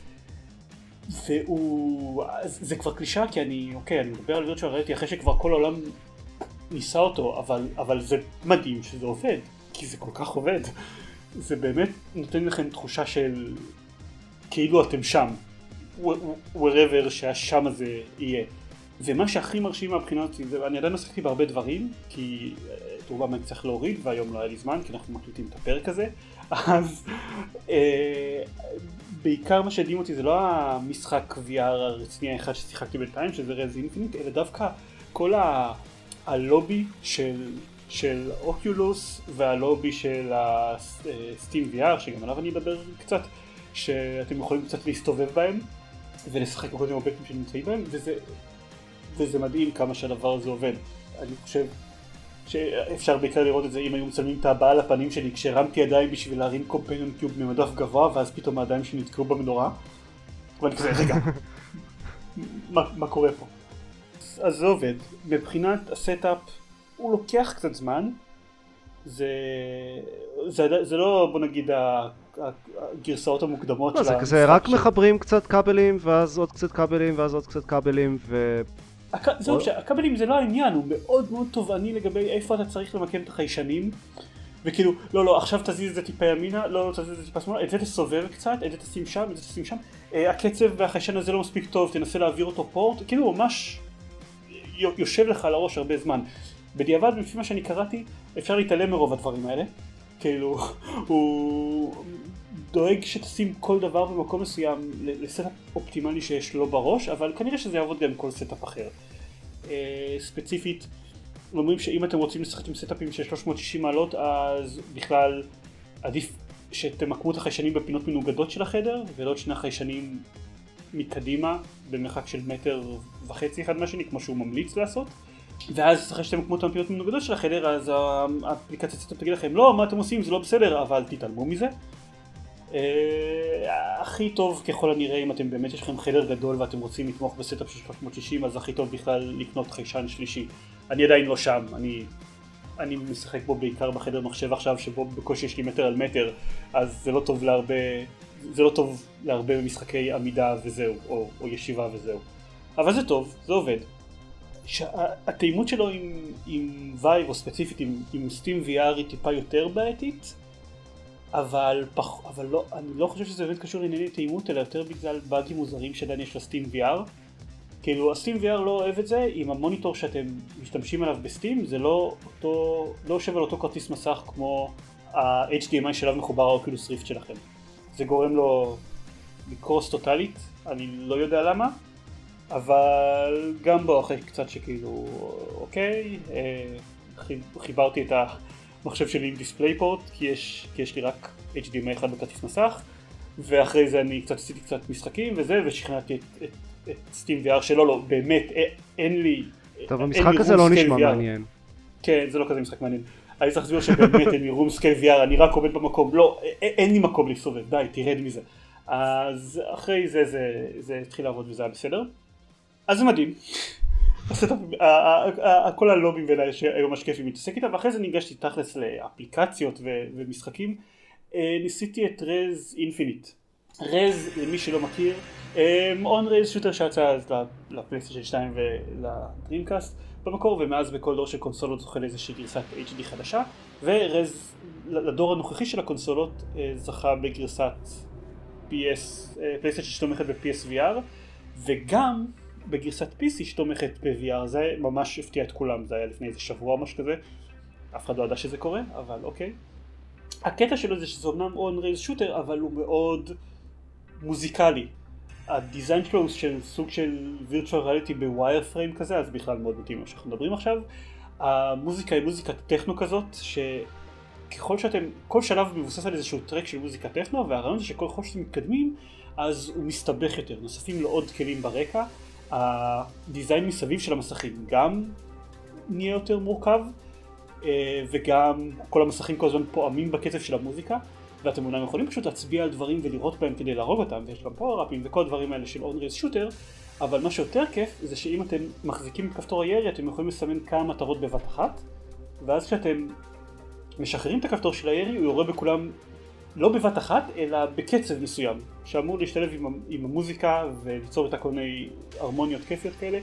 והוא... זה כבר קלישה, כי אני, אוקיי, אני מדבר על וירטואל ריאליטי אחרי שכבר כל העולם ניסה אותו, אבל, אבל זה מדהים שזה עובד, כי זה כל כך עובד. זה באמת נותן לכם תחושה של כאילו אתם שם, wherever שהשם הזה יהיה. ומה שהכי מרשים מהבחינה הזאת, אני עדיין עסקתי בהרבה דברים, כי את רובם אני צריך להוריד, והיום לא היה לי זמן, כי אנחנו מקליטים את הפרק הזה. אז אה, בעיקר מה שהדהים אותי זה לא המשחק וי אר הרציני האחד ששיחקתי בינתיים, שזה רז אינפיניט, אלא דווקא כל ה- הלובי של... של אוקולוס והלובי של הסטים וי אר, שגם עליו אני אדבר קצת, שאתם יכולים קצת להסתובב בהם ולשחק בכל מיני אובייקטים שנמצאים בהם, וזה, וזה מדהים כמה שהדבר הזה עובד. אני חושב שאפשר בעיקר לראות את זה אם היו מצלמים את הבעה על הפנים שלי כשהרמתי ידיים בשביל להרים קומפיניון קיוב ממדף גבוה, ואז פתאום הידיים שלי נתקעו במנורה ואני כזה, רגע, מה, מה קורה פה? אז זה עובד. מבחינת הסטאפ הוא לוקח קצת זמן, זה, זה, זה לא, בוא נגיד, הגרסאות המוקדמות של... זה כזה, רק מחברים קצת כבלים, ואז עוד קצת כבלים, ואז עוד קצת כבלים, ו... זהו, הכבלים זה לא העניין, הוא מאוד מאוד תובעני לגבי איפה אתה צריך למקם את החיישנים, וכאילו, לא, לא, עכשיו תזיז את זה טיפה ימינה, לא, לא, תזיז את זה טיפה שמאלה, את זה תסובב קצת, את זה תשים שם, את זה תשים שם, הקצב והחיישן הזה לא מספיק טוב, תנסה להעביר אותו פורט, כאילו, ממש יושב לך על הראש הרבה זמן. בדיעבד, לפי מה שאני קראתי, אפשר להתעלם מרוב הדברים האלה. כאילו, הוא דואג שתשים כל דבר במקום מסוים לסטאפ אופטימלי שיש לו בראש, אבל כנראה שזה יעבוד גם כל סטאפ אחר. ספציפית, אומרים שאם אתם רוצים לשחק עם סטאפים של שלוש מאות ושישים מעלות, אז בכלל עדיף שתמקמו את החיישנים בפינות מנוגדות של החדר, ולא עוד שני החיישנים מקדימה, במרחק של מטר וחצי אחד מהשני, כמו שהוא ממליץ לעשות. ואז אחרי שאתם מקמו את הפינות מנוגדות של החדר, אז האפליקציה תגיד לכם, לא, מה אתם עושים, זה לא בסדר, אבל תתעלמו מזה. הכי טוב ככל הנראה, אם אתם באמת יש לכם חדר גדול ואתם רוצים לתמוך בסטאפ של שלוש מאות שישים, אז הכי טוב בכלל לקנות חיישן שלישי. אני עדיין לא שם, אני אני משחק בו בעיקר בחדר מחשב עכשיו, שבו בקושי יש לי מטר על מטר, אז זה לא טוב להרבה, זה לא טוב להרבה משחקי עמידה וזהו, או, או ישיבה וזהו. אבל זה טוב, זה עובד. התאימות שלו עם, עם וייב, או ספציפית עם, עם סטים וי אר היא טיפה יותר בעייתית, אבל, פח, אבל לא, אני לא חושב שזה באמת קשור לענייני תאימות, אלא יותר בגלל באגים מוזרים שעדיין יש לסטים וי אר. כאילו, הסטים וי אר לא אוהב את זה, עם המוניטור שאתם משתמשים עליו בסטים, זה לא אותו, לא יושב על אותו כרטיס מסך כמו ה-אייץ' די אם איי שלב מחובר האוקולוס ריפט שלכם. זה גורם לו לקרוס טוטלית, אני לא יודע למה, אבל גם בו אחרי קצת שכאילו, אוקיי, חיברתי את המחשב שלי עם דיספליי פורט, כי יש, כי יש לי רק אייץ' די אם איי אחד בכרטיס מסך, ואחרי זה אני קצת עשיתי קצת משחקים וזה, ושכנעתי את, את, את סטים וי אר שלא, לא, באמת, אין לי... טוב, המשחק הזה לא נשמע מעניין. כן, זה לא כזה משחק מעניין. אני צריך להסביר שבאמת אין לי רום סקייל וי אר, אני רק עובד במקום, לא, אין לי מקום להסתובב, די, תרד מזה. אז אחרי זה, זה, זה התחיל לעבוד וזה היה בסדר. אז זה מדהים. כל הלובים ואלה שהיו ממש כיפים להתעסק איתם, ואחרי זה ניגשתי תכלס לאפליקציות ומשחקים. ניסיתי את רז אינפיניט. רז, למי שלא מכיר, און רז שוטר שיצא אז לפלייסטיישן שתיים ולדרימקאסט במקור, ומאז בכל דור של קונסולות זוכה לאיזושהי גרסת אייץ' די חדשה, ורז לדור הנוכחי של הקונסולות זכה בגרסת פלייסטיישן שתומכת ב-פי אס וי אר, וגם בגרסת פי סי שתומכת ב-וי אר. זה ממש הפתיע את כולם, זה היה לפני איזה שבוע או משהו כזה, אף אחד לא ידע שזה קורה, אבל אוקיי. הקטע שלו זה שזה אמנם און רייז שוטר, אבל הוא מאוד מוזיקלי. הדיזיין שלו הוא של סוג של וירטואל ריאליטי בווייר פריים כזה, אז בכלל מאוד מתאים מה שאנחנו מדברים עכשיו. המוזיקה היא מוזיקת טכנו כזאת, שככל שאתם, כל שלב מבוסס על איזשהו טרק של מוזיקה טכנו, והרעיון זה שכל חושב שאתם מתקדמים, אז הוא מסתבך יותר, נוספים לו עוד כלים ברקע. הדיזיין מסביב של המסכים גם נהיה יותר מורכב, וגם כל המסכים כל הזמן פועמים בקצב של המוזיקה, ואתם אולי יכולים פשוט להצביע על דברים ולראות בהם כדי להרוג אותם, ויש גם פאוור-אפים וכל הדברים האלה של און-רייז שוטר, אבל מה שיותר כיף זה שאם אתם מחזיקים את כפתור הירי אתם יכולים לסמן כמה מטרות בבת אחת, ואז כשאתם משחררים את הכפתור של הירי הוא יורה בכולם לא בבת אחת אלא בקצב מסוים, שאמור להשתלב עם, עם המוזיקה וליצור את כל מיני הרמוניות כיפיות כאלה.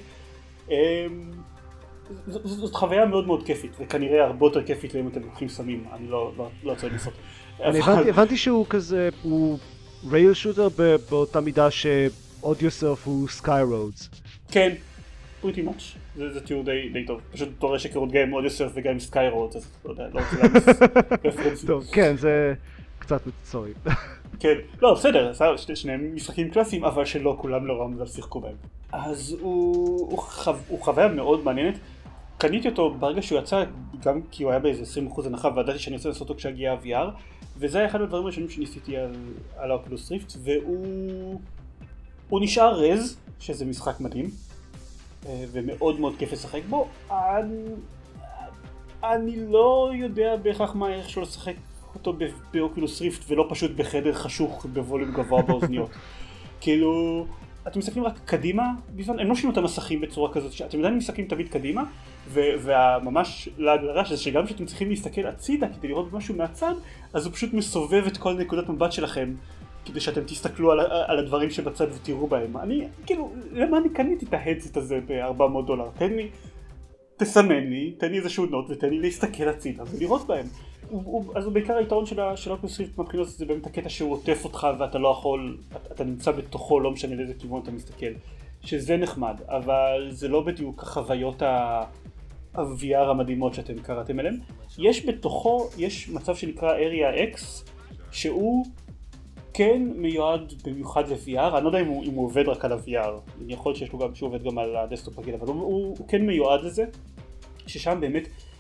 זאת חוויה מאוד מאוד כיפית, וכנראה הרבה יותר כיפית אם אתם לוקחים סמים, אני לא רוצה לנסות. אני הבנתי שהוא כזה, הוא רייל שוטר באותה מידה ש-Audio Surf הוא Skyroads. כן, pretty much, זה תיאור די טוב. פשוט תורש היכרות גם עם Audio Surf וגם עם Skyroads, אז לא יודע, לא רוצה להמיס רפרנסים. טוב, כן, זה קצת סורי. כן, לא, בסדר, שניהם משחקים קלאסיים, אבל שלא כולם לא רם ושיחקו בהם. אז הוא חוויה מאוד מעניינת. קניתי אותו ברגע שהוא יצא, גם כי הוא היה באיזה עשרים אחוז הנחה, ועדיין שאני רוצה לעשות אותו כשהגיע ה-וי אר, וזה היה אחד הדברים הראשונים שניסיתי על, על האוקולוס ריפט, והוא הוא נשאר רז, שזה משחק מדהים, ומאוד מאוד כיף לשחק בו. אני, אני לא יודע בהכרח מה הערך שלו לשחק אותו באוקולוס ריפט, ולא פשוט בחדר חשוך בווליום גבוה באוזניות. כאילו, אתם מסתכלים רק קדימה, בזמן, הם לא שינו את המסכים בצורה כזאת, שאתם עדיין מסתכלים תמיד קדימה, והממש לעג לרש זה שגם שאתם צריכים להסתכל הצידה כדי לראות משהו מהצד, אז הוא פשוט מסובב את כל נקודת מבט שלכם, כדי שאתם תסתכלו על, על הדברים שבצד ותראו בהם. אני, כאילו, למה אני קניתי את ההדסט הזה ב-ארבע מאות דולר? תן לי, תסמן לי, תן לי איזשהו נוט ותן לי להסתכל הצידה ולראות בהם. הוא, הוא, אז הוא בעיקר היתרון של האוקולוס ריפט מבחינת זה באמת הקטע שהוא עוטף אותך ואתה לא יכול, אתה, אתה נמצא בתוכו, לא משנה לאיזה כיוון אתה מסתכל, שזה נחמד, אבל זה לא בדיוק החוויות ה-וי אר המדהימות שאתם קראתם אליהם. יש בתוכו, יש מצב שנקרא Area X, שהוא כן מיועד במיוחד ל-וי אר, אני לא יודע אם הוא, אם הוא עובד רק על ה-וי אר, יכול להיות שיש לו גם שהוא עובד גם על הדסקטופ רגיל, אבל הוא, הוא, הוא כן מיועד לזה, ששם באמת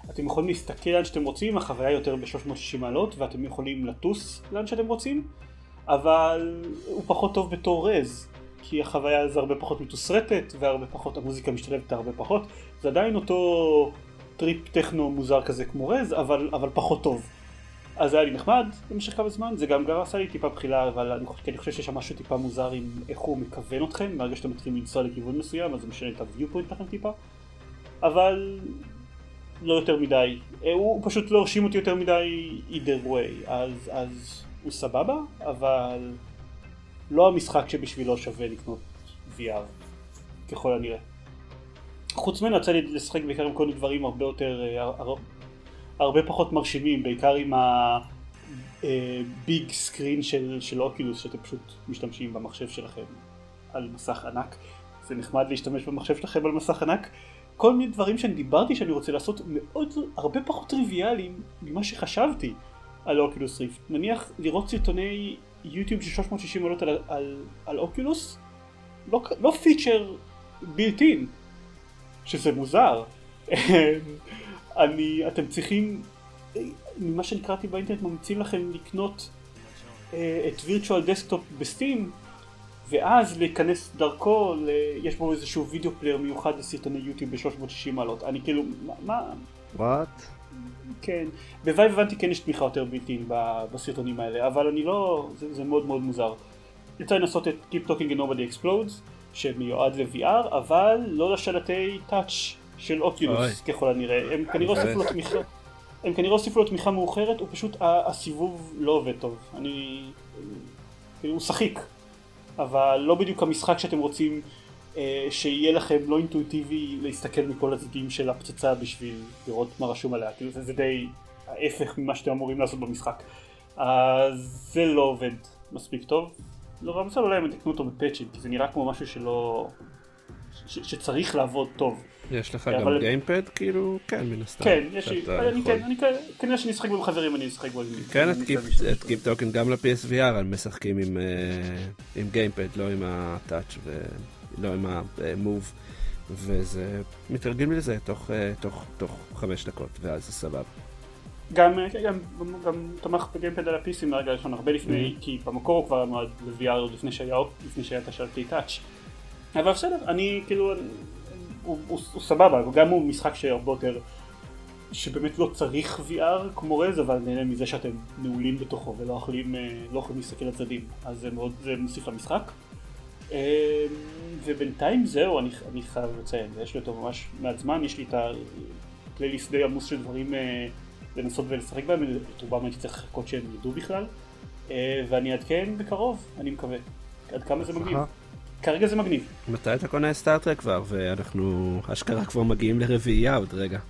אתם יכולים להסתכל לאן שאתם רוצים, החוויה יותר ב-שלוש מאות ושישים מעלות, ואתם יכולים לטוס לאן שאתם רוצים, אבל הוא פחות טוב בתור רז, כי החוויה זה הרבה פחות מתוסרטת, והרבה פחות, המוזיקה משתלבת הרבה פחות, זה עדיין אותו טריפ טכנו מוזר כזה כמו רז, אבל, אבל פחות טוב. אז זה היה לי נחמד במשך כמה זמן, זה גם גם עשה לי טיפה בחילה, אבל אני, אני חושב שיש שם משהו טיפה מוזר עם איך הוא מכוון אתכם, מהרגע שאתם מתחילים לנסוע לכיוון מסוים, אז זה משנה את הוויופוינט לכם טיפה, אבל לא יותר מדי, הוא פשוט לא הרשים אותי יותר מדי either way, אז, אז הוא סבבה, אבל לא המשחק שבשבילו שווה לקנות וי אר, ככל הנראה. חוץ ממנו יצא לי לשחק בעיקר עם כל מיני דברים הרבה יותר, הרבה פחות מרשימים, בעיקר עם הביג סקרין של, של אוקילוס, שאתם פשוט משתמשים במחשב שלכם על מסך ענק. זה נחמד להשתמש במחשב שלכם על מסך ענק. כל מיני דברים שאני דיברתי שאני רוצה לעשות מאוד, הרבה פחות טריוויאליים ממה שחשבתי על אוקילוס ריפט. נניח לראות סרטוני יוטיוב של שלוש מאות ושישים מעלות על, על, על אוקילוס, לא, לא פיצ'ר בילט אין, שזה מוזר. אני, אתם צריכים, ממה שנקראתי באינטרנט, ממליצים לכם לקנות אה, את וירטואל דסקטופ בסטים, ואז להיכנס דרכו, ל... יש בו איזשהו וידאו פלייר מיוחד לסרטוני יוטיוב ב-שלוש מאות ושישים מעלות. אני כאילו, מה? What? כן. בוואי הבנתי כן יש תמיכה יותר בלתי בסרטונים האלה, אבל אני לא, זה, זה מאוד מאוד מוזר. יצא לנסות את Keep Talking and Nobody Explodes, שמיועד ל-וי אר, אבל לא לשלטי טאץ' של אוקילוס ככל הנראה. הם כנראה הוסיפו לו תמיכה, הם כנראה הוסיפו לו תמיכה מאוחרת, הוא פשוט, הסיבוב לא עובד טוב. אני, כאילו הוא שחיק. אבל לא בדיוק המשחק שאתם רוצים אה, שיהיה לכם לא אינטואיטיבי להסתכל מכל הצדדים של הפצצה בשביל לראות מה רשום עליה. כאילו זה, זה די ההפך ממה שאתם אמורים לעשות במשחק. אז זה לא עובד מספיק טוב. לא רע בסדר, אולי הם תקנו אותו בפאצ'ים, כי זה נראה כמו משהו שלא... ש, שצריך לעבוד טוב. יש לך אבל... גם גיימפד? כאילו, כן, מן הסתם. כן, יש לי, אני כן, אני כן, כנראה שאני אשחק בו עם חברים, אני אשחק בו עם... כן, את Keep Talking גם ל-פי אס וי אר, הם משחקים עם, עם גיימפד, לא עם הטאץ' ולא עם המוב, וזה, מתרגלים לזה תוך, תוך, תוך חמש דקות, ואז זה סבב. גם, גם, גם תמך בגיימפד על ה-פי סי מהרגע ראשון, הרבה לפני, כי במקור הוא כבר נועד ל-וי אר לפני שהיה, לפני שהיה תשלתי טאץ'. אבל בסדר, אני כאילו... הוא, הוא, הוא סבבה, גם הוא משחק שהרבה יותר, שבאמת לא צריך וי אר כמו רז, אבל נהנה מזה שאתם נעולים בתוכו ולא יכולים, לא יכולים להסתכל לצדדים, אז זה מאוד, זה מוסיף למשחק. ובינתיים זהו, אני, אני חייב לציין, יש לי אותו ממש מעט זמן, יש לי את הפלייליסט די עמוס של דברים לנסות ולשחק בהם, את רובם הייתי צריך לחכות שהם ידעו בכלל, ואני אעדכן בקרוב, אני מקווה, עד כמה זה מגניב. כרגע זה מגניב. מתי אתה קונה סטארטרק כבר, ואנחנו אשכרה כבר מגיעים לרביעייה עוד רגע?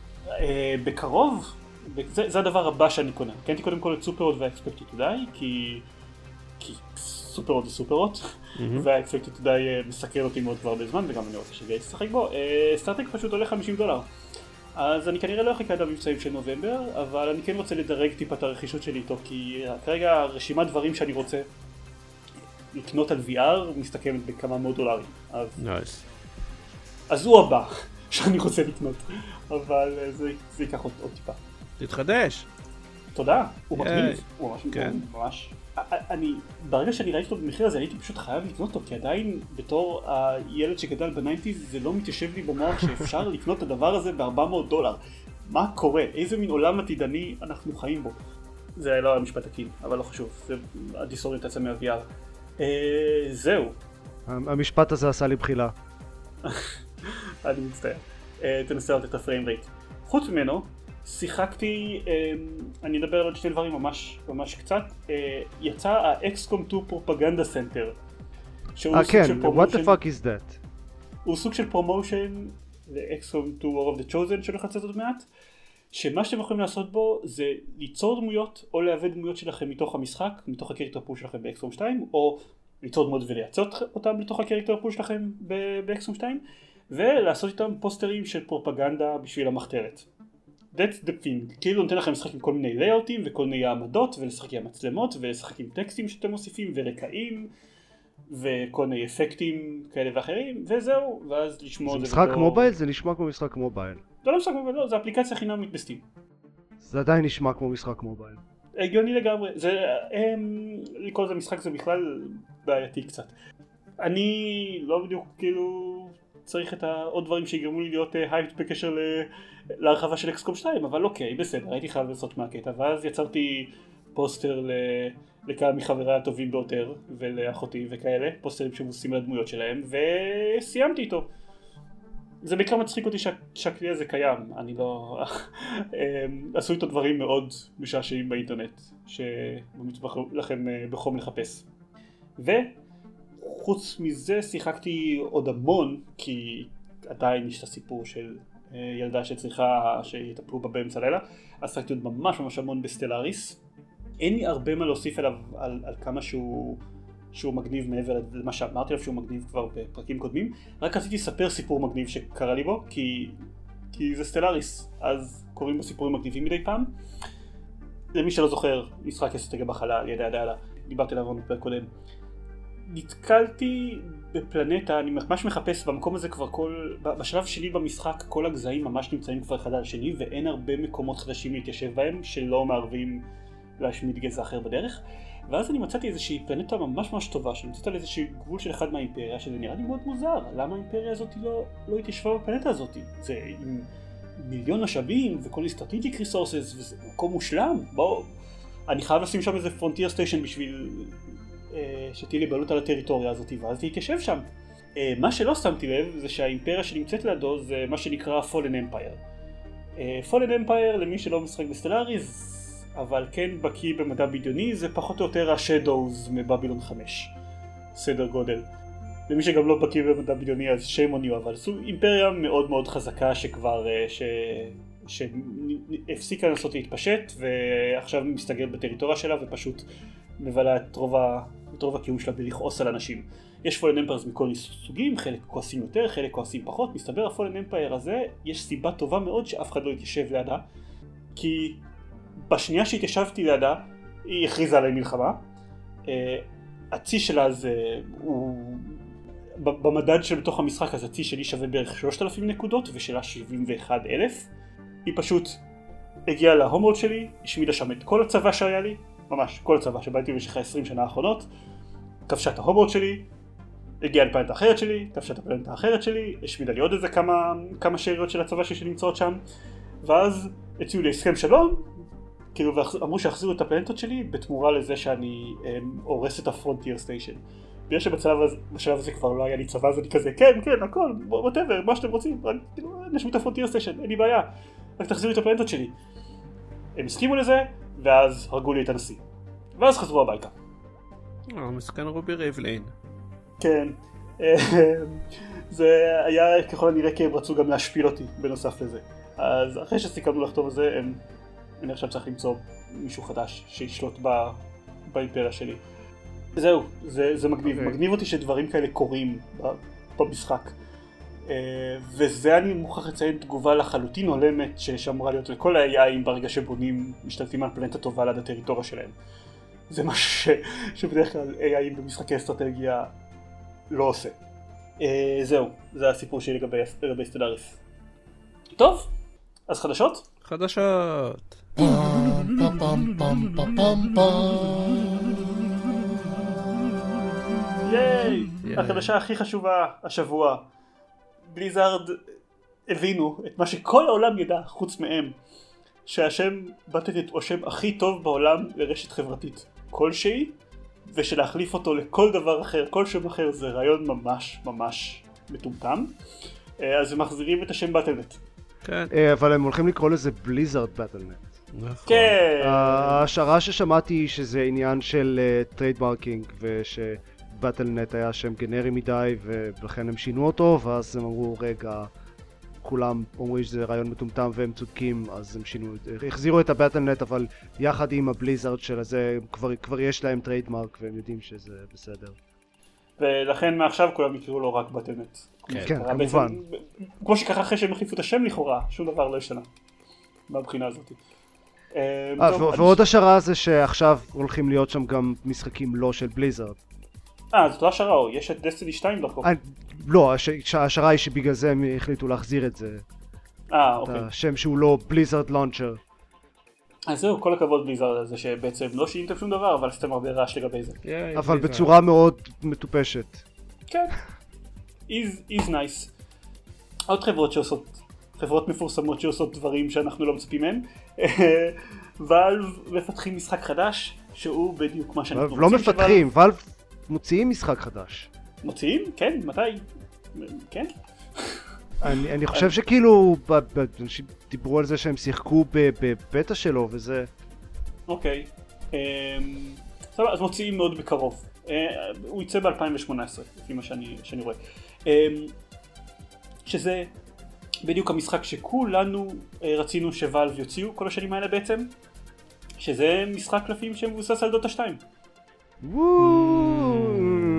בקרוב, זה הדבר הבא שאני קונה. קניתי קודם כל את סופרוד והאקספקטד טודיי, כי סופרוד זה סופרוד, והאקספקטד טודיי מסקר אותי מאוד כבר בזמן, וגם אני רוצה שגייס לשחק בו. סטארטרק פשוט עולה חמישים דולר. אז אני כנראה לא אחכה עד המבצעים של נובמבר, אבל אני כן רוצה לדרג טיפה את הרכישות שלי איתו, כי כרגע רשימת דברים שאני רוצה לקנות על וי אר מסתכמת בכמה מאות דולרים. אז, nice. אז הוא הבא שאני רוצה לקנות, אבל זה, זה ייקח עוד, עוד טיפה. תתחדש. תודה, הוא yeah. מגניב, הוא ממש, כן. הוא ממש. אני, ברגע שאני ראיתי אותו במחיר הזה, הייתי פשוט חייב לקנות אותו, כי עדיין בתור הילד שגדל בניינטיז זה לא מתיישב לי במוח שאפשר לקנות את הדבר הזה ב-ארבע מאות דולר. מה קורה? איזה מין עולם עתידני אנחנו חיים בו? זה לא המשפט תקין, אבל לא חשוב, זה הדיסאוריינטציה מה-וי אר. זהו. המשפט הזה עשה לי בחילה. אני מצטער. תנסה עוד את הפריים רייט. חוץ ממנו, שיחקתי, אני אדבר על עוד שני דברים ממש ממש קצת. יצא ה-אקס קום טו פרופגנדה סנטר. אה כן, what the fuck is that? הוא סוג של פרומושן ל-אקס קום טו War of the Chosen שהולך לצאת עוד מעט. שמה שאתם יכולים לעשות בו זה ליצור דמויות או להביא דמויות שלכם מתוך המשחק, מתוך הקרקטר פול שלכם ב-אקס קום שתיים, או ליצור דמויות ולייצר אותם לתוך הקרקטר פול שלכם ב-אקס קום שתיים, ולעשות איתם פוסטרים של פרופגנדה בשביל המחתרת. That's the thing. כאילו נותן לכם לשחק עם כל מיני לייאוטים וכל מיני העמדות, ולשחק עם המצלמות, ולשחק עם טקסטים שאתם מוסיפים, ורקעים, וכל מיני אפקטים כאלה ואחרים, וזהו, ואז לשמוע זה את זה משחק בתור... מובייל? זה נשמע כמו משחק מובייל. זה לא משחק מובייל, לא, זה אפליקציה חינמית בסטים. זה עדיין נשמע כמו משחק מובייל. הגיוני לגמרי, זה, הם, לקרוא לזה משחק זה בכלל בעייתי קצת. אני לא בדיוק כאילו צריך את העוד דברים שיגרמו לי להיות הייפט בקשר ל... להרחבה של אקס קום שתיים, אבל אוקיי, בסדר, הייתי חייב לעשות מהקטע, ואז יצרתי פוסטר ל... לכמה מחבריי הטובים ביותר, ולאחותי וכאלה, פוסטרים שמוסים לדמויות שלהם, וסיימתי איתו. זה בעיקר מצחיק אותי שה... שהכלי הזה קיים, אני לא... עשו איתו דברים מאוד משעשעים באינטרנט, שממצבח לכם בחום לחפש. וחוץ מזה שיחקתי עוד המון, כי עדיין יש את הסיפור של ילדה שצריכה שיטפלו בה באמצע לילה, אז שחקתי עוד ממש ממש המון בסטלאריס. אין לי הרבה מה להוסיף עליו על, על כמה שהוא, שהוא מגניב מעבר למה שאמרתי עליו שהוא מגניב כבר בפרקים קודמים. רק רציתי לספר סיפור מגניב שקרה לי בו, כי, כי זה סטלאריס, אז קוראים בו סיפורים מגניבים מדי פעם. למי שלא זוכר, משחק אסטרטגיה בחלל, ידע ידע ידע, דיברתי עליו בפרק קודם. נתקלתי בפלנטה, אני ממש מחפש במקום הזה כבר כל, בשלב שלי במשחק כל הגזעים ממש נמצאים כבר אחד על השני, ואין הרבה מקומות חדשים להתיישב בהם שלא מערבים להשמיד גזע אחר בדרך. ואז אני מצאתי איזושהי פלנטה ממש ממש טובה שנמצאת על איזשהו גבול של אחד מהאימפריה, שזה נראה לי מאוד מוזר. למה האימפריה הזאת לא, לא התיישבה בפלנטה הזאת? זה עם מיליון משאבים וכל strategic resources וזה מקום מושלם. בוא, אני חייב לשים שם איזה פרונטיר סטיישן בשביל אה, שתהיה לי בעלות על הטריטוריה הזאת, ואז תתיישב שם. אה, מה שלא שמתי לב זה שהאימפריה שנמצאת לידו זה מה שנקרא Fallen Empire. אה, Fallen Empire, למי שלא משחק בסטלאריס, אבל כן בקיא במדע בדיוני, זה פחות או יותר השדוז מבבילון חמש, סדר גודל. למי שגם לא בקיא במדע בדיוני אז shame on you, אבל זו אימפריה מאוד מאוד חזקה שכבר, ש... שהפסיקה לנסות להתפשט ועכשיו מסתגרת בטריטוריה שלה ופשוט מבלה את רוב, ה... את רוב הקיום שלה בלכעוס על אנשים. יש פולן אמפיירס מכל סוגים, חלק כועסים יותר, חלק כועסים פחות. מסתבר הפולן אמפייר הזה יש סיבה טובה מאוד שאף אחד לא יתיישב לידה, כי בשנייה שהתיישבתי לידה היא הכריזה עליי מלחמה. הצי שלה זה הוא במדד שבתוך המשחק, אז הצי שלי שווה בערך שלושת אלפים נקודות ושלה שבעים ואחד אלף. היא פשוט הגיעה להומורד שלי, השמידה שם את כל הצבא שהיה לי, ממש כל הצבא שבאתי במשך ה-עשרים שנה האחרונות, כבשה את ההומורד שלי, הגיעה לפלנטה האחרת שלי, כבשה את הפלנטה האחרת שלי, השמידה לי עוד איזה כמה, כמה שאריות של הצבא שלי שנמצאות שם, ואז הציעו לי הסכם שלום, כאילו, ואמרו שיחזירו את הפלנטות שלי בתמורה לזה שאני הורס את הפרונטיר סטיישן. בגלל שבשלב הזה כבר לא היה לי צבא, אז אני כזה, כן, כן, הכל, whatever, מה שאתם רוצים, רק, כאילו, נשמיד את הפרונטיר סטיישן, אין לי בעיה, רק תחזירו את הפלנטות שלי. הם הסכימו לזה, ואז הרגו לי את הנשיא. ואז חזרו הביתה. אה, מסכן רובי ריבלין. כן. זה היה ככל הנראה כי הם רצו גם להשפיל אותי בנוסף לזה. אז אחרי שסיכמנו לכתוב את זה, הם... אני עכשיו צריך למצוא מישהו חדש שישלוט בא... באימפריה שלי. זהו, זה, זה מגניב. Okay. מגניב אותי שדברים כאלה קורים במשחק. וזה אני מוכרח לציין תגובה לחלוטין הולמת שאמורה להיות לכל ה-איי איי ברגע שבונים משתלטים על פלנטה טובה ליד הטריטוריה שלהם. זה מה ש... שבדרך כלל איי איי במשחקי אסטרטגיה לא עושה. זהו, זה הסיפור שלי לגבי, לגבי סטלאריס. טוב, אז חדשות? חדשות. ייי! החדשה הכי חשובה השבוע. בליזארד הבינו את מה שכל העולם ידע חוץ מהם, שהשם בטטט הוא השם הכי טוב בעולם לרשת חברתית כלשהי, ושלהחליף אותו לכל דבר אחר, כל שם אחר, זה רעיון ממש ממש מטומטם. אז הם מחזירים את השם בטלנט. כן. אבל הם הולכים לקרוא לזה בליזארד בטלנט. נכון. כן. ההשערה ששמעתי שזה עניין של טריידמרקינג, ושבטלנט היה שם גנרי מדי ולכן הם שינו אותו, ואז הם אמרו רגע, כולם אומרים שזה רעיון מטומטם והם צודקים, אז הם שינו, החזירו את הבטלנט, אבל יחד עם הבליזארד של זה כבר, כבר יש להם טריידמרק והם יודעים שזה בסדר. ולכן מעכשיו כולם יקראו לו רק בטלנט. כן, כן, כמובן. כמו שככה אחרי שהם החליפו את השם לכאורה, שום דבר לא השתנה מהבחינה הזאת. ועוד השערה זה שעכשיו הולכים להיות שם גם משחקים לא של בליזארד. אה, זאת לא השערה, או יש את דסטיני שתיים דרכו. לא, השערה היא שבגלל זה הם החליטו להחזיר את זה. אה, אוקיי. את השם שהוא לא בליזרד לונצ'ר. אז זהו, כל הכבוד בליזרד הזה שבעצם לא שינתם שום דבר, אבל עשיתם הרבה רעש לגבי זה. אבל בצורה מאוד מטופשת. כן. is nice. עוד חברות שעושות, חברות מפורסמות שעושות דברים שאנחנו לא מצפים מהם. ואלב מפתחים משחק חדש, שהוא בדיוק מה שאנחנו רוצים. לא מפתחים, ואלב מוציאים משחק חדש. מוציאים? כן, מתי? כן? אני, אני חושב שכאילו, אנשים דיברו על זה שהם שיחקו בבטא שלו וזה. אוקיי. סבבה, אז מוציאים מאוד בקרוב. הוא יצא ב-אלפיים שמונה עשרה, לפי מה שאני, שאני רואה. שזה בדיוק המשחק שכולנו רצינו שוואלב יוציאו כל השנים האלה בעצם. שזה משחק קלפים שמבוסס על דוטה שתיים. וואו!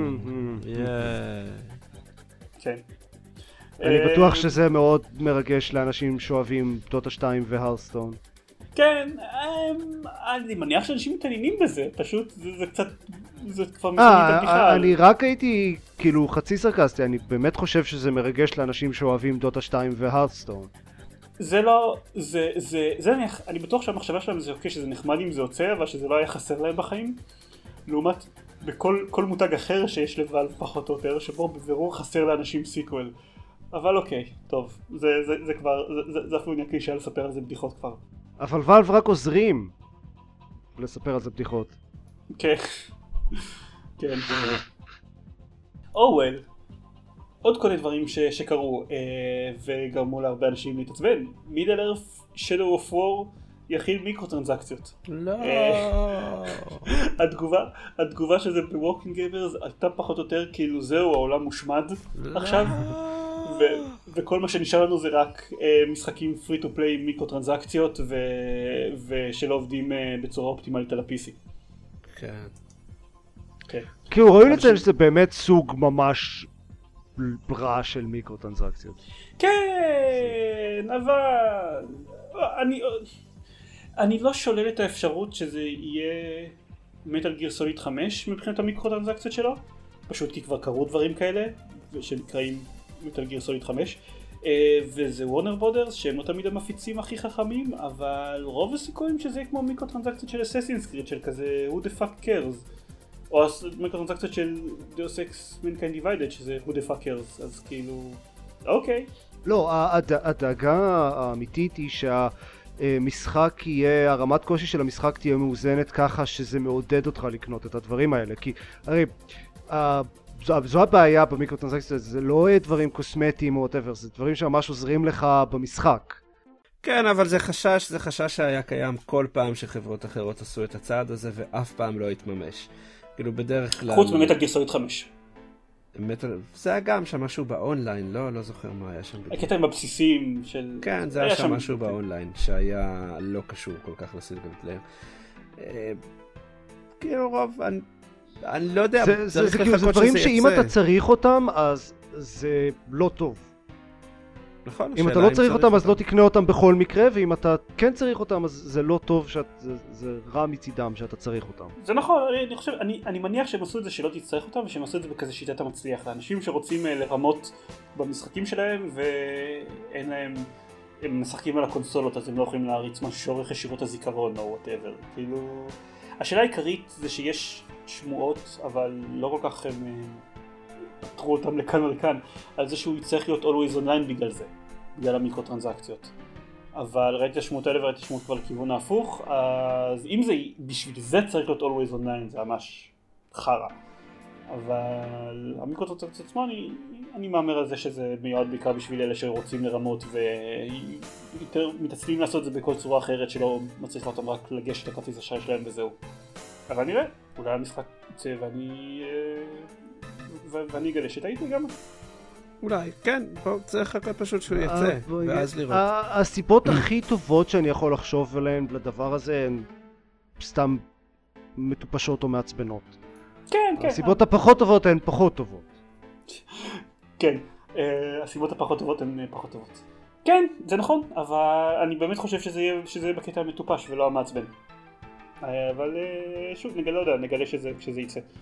כן. אני בטוח שזה מאוד מרגש לאנשים שאוהבים דוטה שתיים והרסטון. כן, אני מניח שאנשים מתעניינים בזה, פשוט זה קצת, זה כבר מסוים את הבדיחה. אני רק הייתי כאילו חצי סרקסטי, אני באמת חושב שזה מרגש לאנשים שאוהבים דוטה שתיים והרסטון. זה לא, זה, זה, זה, אני בטוח שהמחשבה שלהם זה אוקיי שזה נחמד אם זה יוצא, אבל שזה לא היה חסר להם בחיים. לעומת בכל כל מותג אחר שיש לוואלב פחות או יותר, שבו בבירור חסר לאנשים סיקוול. אבל אוקיי, טוב, זה, זה, זה כבר, זה, זה, זה אפילו נהיה קלישה לספר על זה בדיחות כבר. אבל וואלב רק עוזרים לספר על זה בדיחות. כן. כן. או וול. עוד כל הדברים ש, שקרו אה, וגרמו להרבה אנשים להתעצבן. מידל ארף שלו אוף וור יכיל מיקרו-טרנזקציות. לא. אה, התגובה, התגובה של זה בווקינג גיימרס הייתה פחות או יותר כאילו זהו העולם מושמד לא. עכשיו. ו- וכל מה שנשאר לנו זה רק uh, משחקים פרי טו פליי עם מיקרו-טרנזקציות ו- ושלא עובדים uh, בצורה אופטימלית על ה-פי סי. כן. כן. כאילו ראוי לציין שזה באמת סוג ממש רע של מיקרו-טרנזקציות. כן, אבל אני, אני לא שולל את האפשרות שזה יהיה מטל גיר סוליד חמש מבחינת המיקרו-טרנזקציות שלו, פשוט כי כבר קרו דברים כאלה שנקראים מטל גיר סוליד חמש, וזה וורנר ברודרס שהם לא תמיד המפיצים הכי חכמים, אבל רוב הסיכויים שזה יהיה כמו מיקרו-טרנזקציות של אססינס קריד, של כזה who the fuck cares, או מיקרו-טרנזקציות של Deus Ex Mankind Divided שזה who the fuck cares, אז כאילו אוקיי. לא, הדאגה האמיתית היא שהמשחק יהיה, הרמת קושי של המשחק תהיה מאוזנת ככה שזה מעודד אותך לקנות את הדברים האלה, כי הרי זו, זו הבעיה במיקרו-טרנזקציות, זה לא דברים קוסמטיים או whatever, זה דברים שממש עוזרים לך במשחק. כן, אבל זה חשש, זה חשש שהיה קיים כל פעם שחברות אחרות עשו את הצעד הזה ואף פעם לא התממש. כאילו בדרך כלל... חוץ ממטל גיר סוליד חמש. מטל... זה היה גם שם משהו באונליין, לא, לא זוכר מה היה שם. הקטע עם הבסיסים של... כן, זה היה, היה שם משהו באונליין שהיה לא קשור כל כך לסינגל פלייר. כאילו רוב... אני... אני לא יודע, זה, זה, זה, כאילו, זה דברים שאם אתה צריך אותם אז זה לא טוב. נכון. אם אתה לא צריך אותם אז לא תקנה אותם בכל מקרה, ואם אתה כן צריך אותם אז זה לא טוב, שאת, זה, זה רע מצידם שאתה צריך אותם. זה נכון, אני, אני חושב, אני, אני מניח שהם עשו את זה שלא תצטרך אותם, ושהם עשו את זה בכזה שיטת המצליח. לאנשים שרוצים לרמות במשחקים שלהם ואין להם, הם משחקים על הקונסולות אז הם לא יכולים להריץ משהו שעורך ישירות הזיכרון או whatever. כאילו, השאלה העיקרית זה שיש שמועות, אבל לא כל כך הם פתרו אותם לכאן או לכאן, על זה שהוא יצטרך להיות always online בגלל זה, בגלל המיקרו-טרנזקציות. אבל ראיתי את השמועות האלה וראיתי את השמועות כבר לכיוון ההפוך, אז אם זה, בשביל זה צריך להיות always online, זה ממש חרא. אבל המיקרו-טרנזקציות עצמו, אני, אני מאמר על זה שזה מיועד בעיקר בשביל אלה שרוצים לרמות ויותר מתעצלים לעשות את זה בכל צורה אחרת שלא מצריכה אותם רק לגשת את הכרטיס אשראי שלהם וזהו. אבל נראה, אולי המשחק יצא ואני ואני אגלה שטעיתי גם. אולי, כן, בוא צריך לחכות פשוט שהוא יצא ואז לראות. הסיבות הכי טובות שאני יכול לחשוב עליהן לדבר הזה הן סתם מטופשות או מעצבנות. כן, כן. הסיבות הפחות טובות הן פחות טובות. כן, הסיבות הפחות טובות הן פחות טובות. כן, זה נכון, אבל אני באמת חושב שזה יהיה בקטע המטופש ולא המעצבן. אבל שוב, נגלה, לא יודע, נגלה שזה, שזה יצא.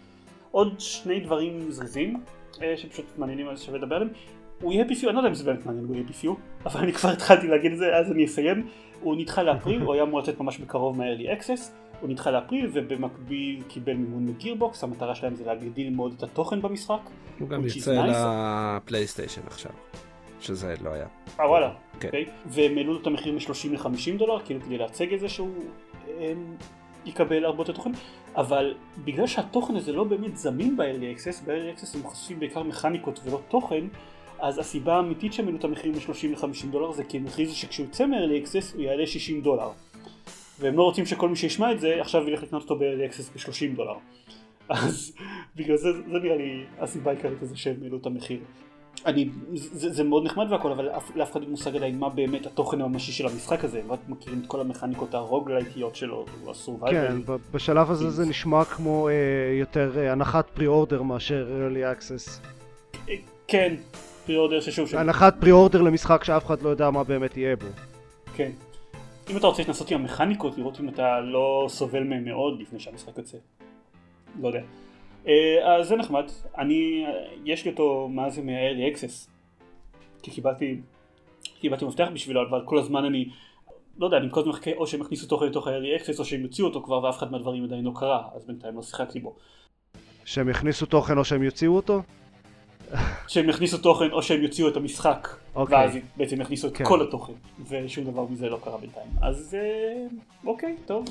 עוד שני דברים זריזים, שפשוט מעניינים על זה שווה לדבר עליהם. הוא יהיה פיפיו, אני לא יודע אם זה באמת מעניין, הוא יהיה פיפיו, אבל אני כבר התחלתי להגיד את זה, אז אני אסיים. הוא נדחה לאפריל, הוא היה אמור לצאת ממש בקרוב מה-Early Access, הוא נדחה לאפריל ובמקביל קיבל מימון מגירבוקס, המטרה שלהם זה להגדיל מאוד את התוכן במשחק. הוא גם יוצא לפלייסטיישן עכשיו, שזה לא היה. אה וואלה, אוקיי. והם העלו את המחיר מ-שלושים ל-חמישים דולר, כאילו כדי להצג את זה שהוא יקבל הרבה יותר תוכן, אבל בגלל שהתוכן הזה לא באמת זמין ב-Early Access, ב-Early Access הם חושפים בעיקר מכניקות ולא תוכן, אז הסיבה האמיתית שהם העלו את המחיר מ-שלושים ל-חמישים דולר זה כי הם הכריזו שכשהוא יצא מ-Early Access הוא יעלה שישים דולר. והם לא רוצים שכל מי שישמע את זה עכשיו ילך לקנות אותו ב-Early Access ב-שלושים דולר. אז בגלל זה, זה נראה לי הסיבה העיקרית הזה שהם העלו את המחיר. אני, זה, זה מאוד נחמד והכל, אבל לאף, לאף אחד אין מושג עדיין מה באמת התוכן הממשי של המשחק הזה. הם רק מכירים את כל המכניקות הרוגלייטיות שלו, הסורווייבל. כן, בשלב הזה זה נשמע כמו אה, יותר אה, הנחת פרי-אורדר מאשר Early Access. אה, כן, פרי-אורדר ששוב שם. הנחת פרי-אורדר למשחק שאף אחד לא יודע מה באמת יהיה בו. כן. אם אתה רוצה לנסות עם המכניקות, לראות אם אתה לא סובל מהם מאוד לפני שהמשחק יוצא. לא יודע. אז זה נחמד. אני, יש לי אותו מה זה מה-Early Access. כי קיבלתי, קיבלתי מפתח בשבילו, אבל כל הזמן אני, לא יודע, אני כל הזמן מחכה או שהם הכניסו תוכן לתוך ה-Early Access או שהם יוציאו אותו כבר ואף אחד מהדברים עדיין לא קרה, אז בינתיים לא שיחקתי בו. שהם יכניסו תוכן או שהם יוציאו אותו? שהם יכניסו תוכן או שהם יוציאו את המשחק, okay. ואז בעצם יכניסו את okay. כל התוכן, ושום דבר מזה לא קרה בינתיים. אז אוקיי, טוב.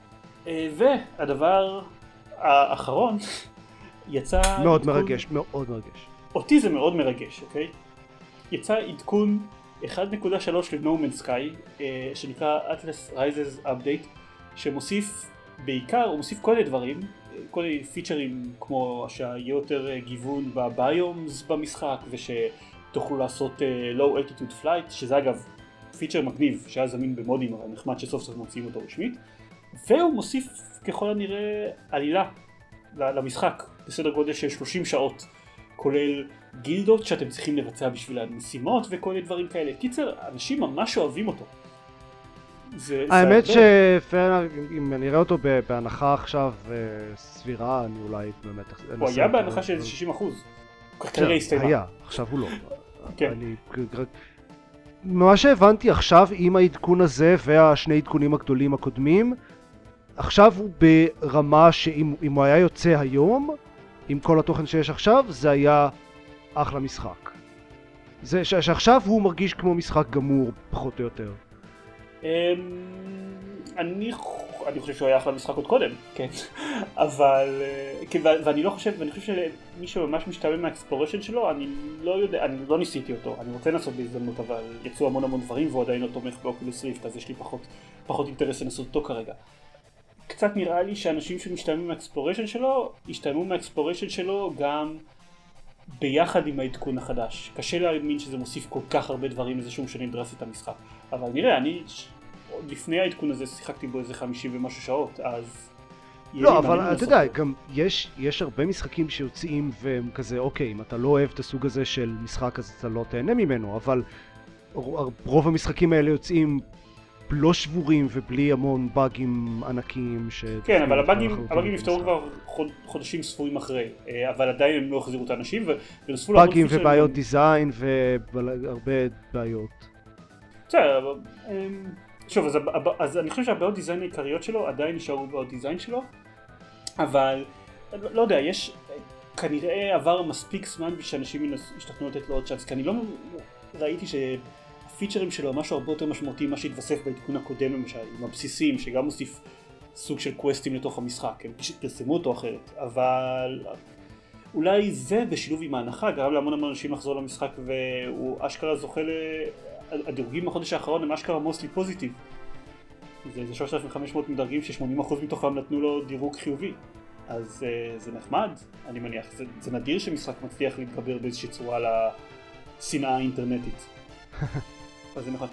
והדבר האחרון יצא... מאוד עדכון... מרגש, מאוד מרגש. אותי זה מאוד מרגש, אוקיי? יצא עדכון אחת נקודה שלוש ל-No Man's Sky, שנקרא Atlas Rises Update, שמוסיף בעיקר, הוא מוסיף כל מיני דברים, כל מיני פיצ'רים כמו שיהיה יותר גיוון בביומס במשחק ושתוכלו לעשות low altitude flight, שזה אגב פיצ'ר מגניב שהיה זמין במודים אבל נחמד שסוף סוף מוציאים אותו רשמית, והוא מוסיף ככל הנראה עלילה למשחק בסדר גודל של שלושים שעות, כולל גילדות שאתם צריכים לבצע בשביל המשימות וכל מיני דברים כאלה. קיצר, אנשים ממש אוהבים אותו. האמת שאם אני אראה אותו בהנחה עכשיו סבירה, אני אולי באמת... הוא היה בהנחה של שישים אחוז. כנראה הסתיימה. היה, עכשיו הוא לא. מה שהבנתי עכשיו עם העדכון הזה והשני עדכונים הגדולים הקודמים, עכשיו הוא ברמה שאם הוא היה יוצא היום, עם כל התוכן שיש עכשיו, זה היה אחלה משחק. שעכשיו הוא מרגיש כמו משחק גמור, פחות או יותר. אני אני חושב שהוא היה אחלה משחק עוד קודם, כן, אבל ואני לא חושב, ואני חושב שמי שממש משתלם מהאקספלוריישן שלו, אני לא יודע, אני לא ניסיתי אותו, אני רוצה לנסות בהזדמנות, אבל יצאו המון המון דברים והוא עדיין לא תומך באוקולוס ריפט, אז יש לי פחות פחות אינטרס לנסות אותו כרגע. קצת נראה לי שאנשים שמשתלמים מהאקספלוריישן שלו, ישתלמו מהאקספלוריישן שלו גם ביחד עם העדכון החדש. קשה להאמין שזה מוסיף כל כך הרבה דברים לזה שהוא משנה דרסטית את המשחק. אבל נראה, אני לפני העדכון הזה שיחקתי בו איזה חמישים ומשהו שעות, אז... לא, אבל אתה יודע, גם יש, יש הרבה משחקים שיוצאים והם כזה, אוקיי, אם אתה לא אוהב את הסוג הזה של משחק אז אתה לא תהנה ממנו, אבל רוב המשחקים האלה יוצאים לא שבורים ובלי המון באגים ענקיים ש... כן, אבל הבאגים, הבאגים נפתרו כבר חודשים ספורים אחרי, אבל עדיין הם לא החזירו את האנשים ונוספו להמון באגים ובעיות דיזיין והרבה בעיות. בסדר, שוב, אז, אז אני חושב שהבעיות דיזיין העיקריות שלו עדיין נשארו בעיות דיזיין שלו, אבל לא יודע, יש כנראה עבר מספיק זמן שאנשים ישתכנו לתת לו עוד צ'אנס, כי אני לא ראיתי ש... הפיצ'רים שלו משהו הרבה יותר משמעותי ממה שהתווסף בעדכון הקודם למשל, עם הבסיסים שגם מוסיף סוג של קווסטים לתוך המשחק, הם פשוט פרסמו אותו אחרת, אבל אולי זה בשילוב עם ההנחה גרם להמון המון אנשים לחזור למשחק והוא אשכרה זוכה לדירוגים בחודש האחרון הם אשכרה מוסלי פוזיטיב, זה שלושת אלפים וחמש מאות מדרגים ש-שמונים אחוז מתוכם נתנו לו דירוג חיובי, אז זה נחמד, אני מניח, זה, זה נדיר שמשחק מצליח להתגבר באיזושהי צורה לשנאה האינטרנטית. אז זה נכון.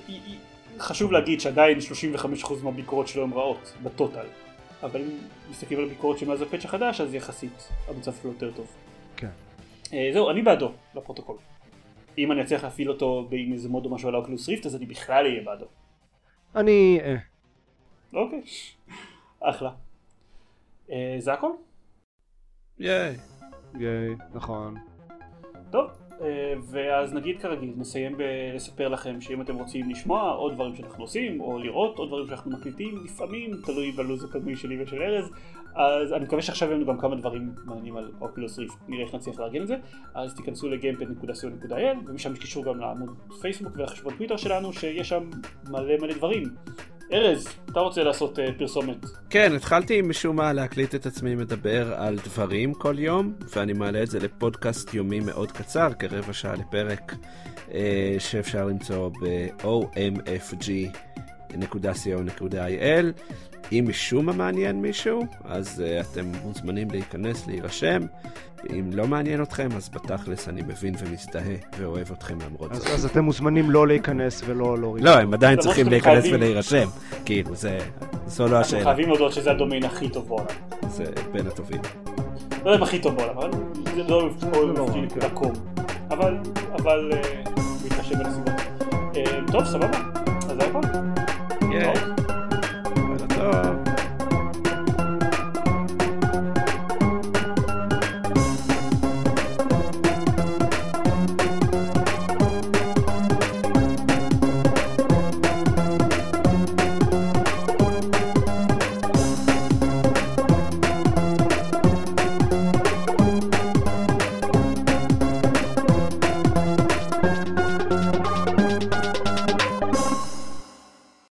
חשוב להגיד שעדיין שלושים וחמישה אחוז מהביקורות שלו הן רעות, בטוטל. אבל אם מסתכלים על הביקורות שמאז הפאץ' החדש, אז יחסית המצב שלו יותר טוב. כן. זהו, אני בעדו, לפרוטוקול. אם אני אצליח להפעיל אותו עם איזה מוד או משהו על האוקולוס ריפט, אז אני בכלל אהיה בעדו. אני... אוקיי. אחלה. זה הכל? ייי. ייי, נכון. טוב, ואז נגיד כרגיל, נסיים בלספר לכם שאם אתם רוצים לשמוע עוד דברים שאנחנו עושים, או לראות עוד דברים שאנחנו מקליטים, לפעמים, תלוי בלוז הקדמי שלי ושל ארז, אז אני מקווה שעכשיו יהיו גם כמה דברים מעניינים על אוקולוס ריפט, נראה איך נצליח לארגן את זה, אז תיכנסו ל-גיימפד נקודה סי או נקודה איי אל, ומשם יש קישור גם לעמוד פייסבוק ולחשבון טוויטר שלנו, שיש שם מלא מלא דברים. ארז, אתה רוצה לעשות uh, פרסומת? כן, התחלתי משום מה להקליט את עצמי מדבר על דברים כל יום, ואני מעלה את זה לפודקאסט יומי מאוד קצר, כרבע שעה לפרק, uh, שאפשר למצוא ב-או אם אף ג'י נקודה סי או נקודה איי אל. אם משום מה מעניין מישהו, אז uh, אתם מוזמנים להיכנס, להירשם. אם לא מעניין אתכם, אז בתכלס אני מבין ומזדהה ואוהב אתכם למרות זאת. אז אתם מוזמנים לא להיכנס ולא להוריד. לא, הם עדיין צריכים להיכנס ולהירשם. כאילו, זו לא השאלה. אנחנו חייבים להודות שזה הדומיין הכי טוב בעולם. זה בין הטובים. לא יודע אם הכי טוב בעולם, אבל זה לא אוהב נקודה קום. אבל, אבל, מתחשב בנסיבות. טוב, סבבה.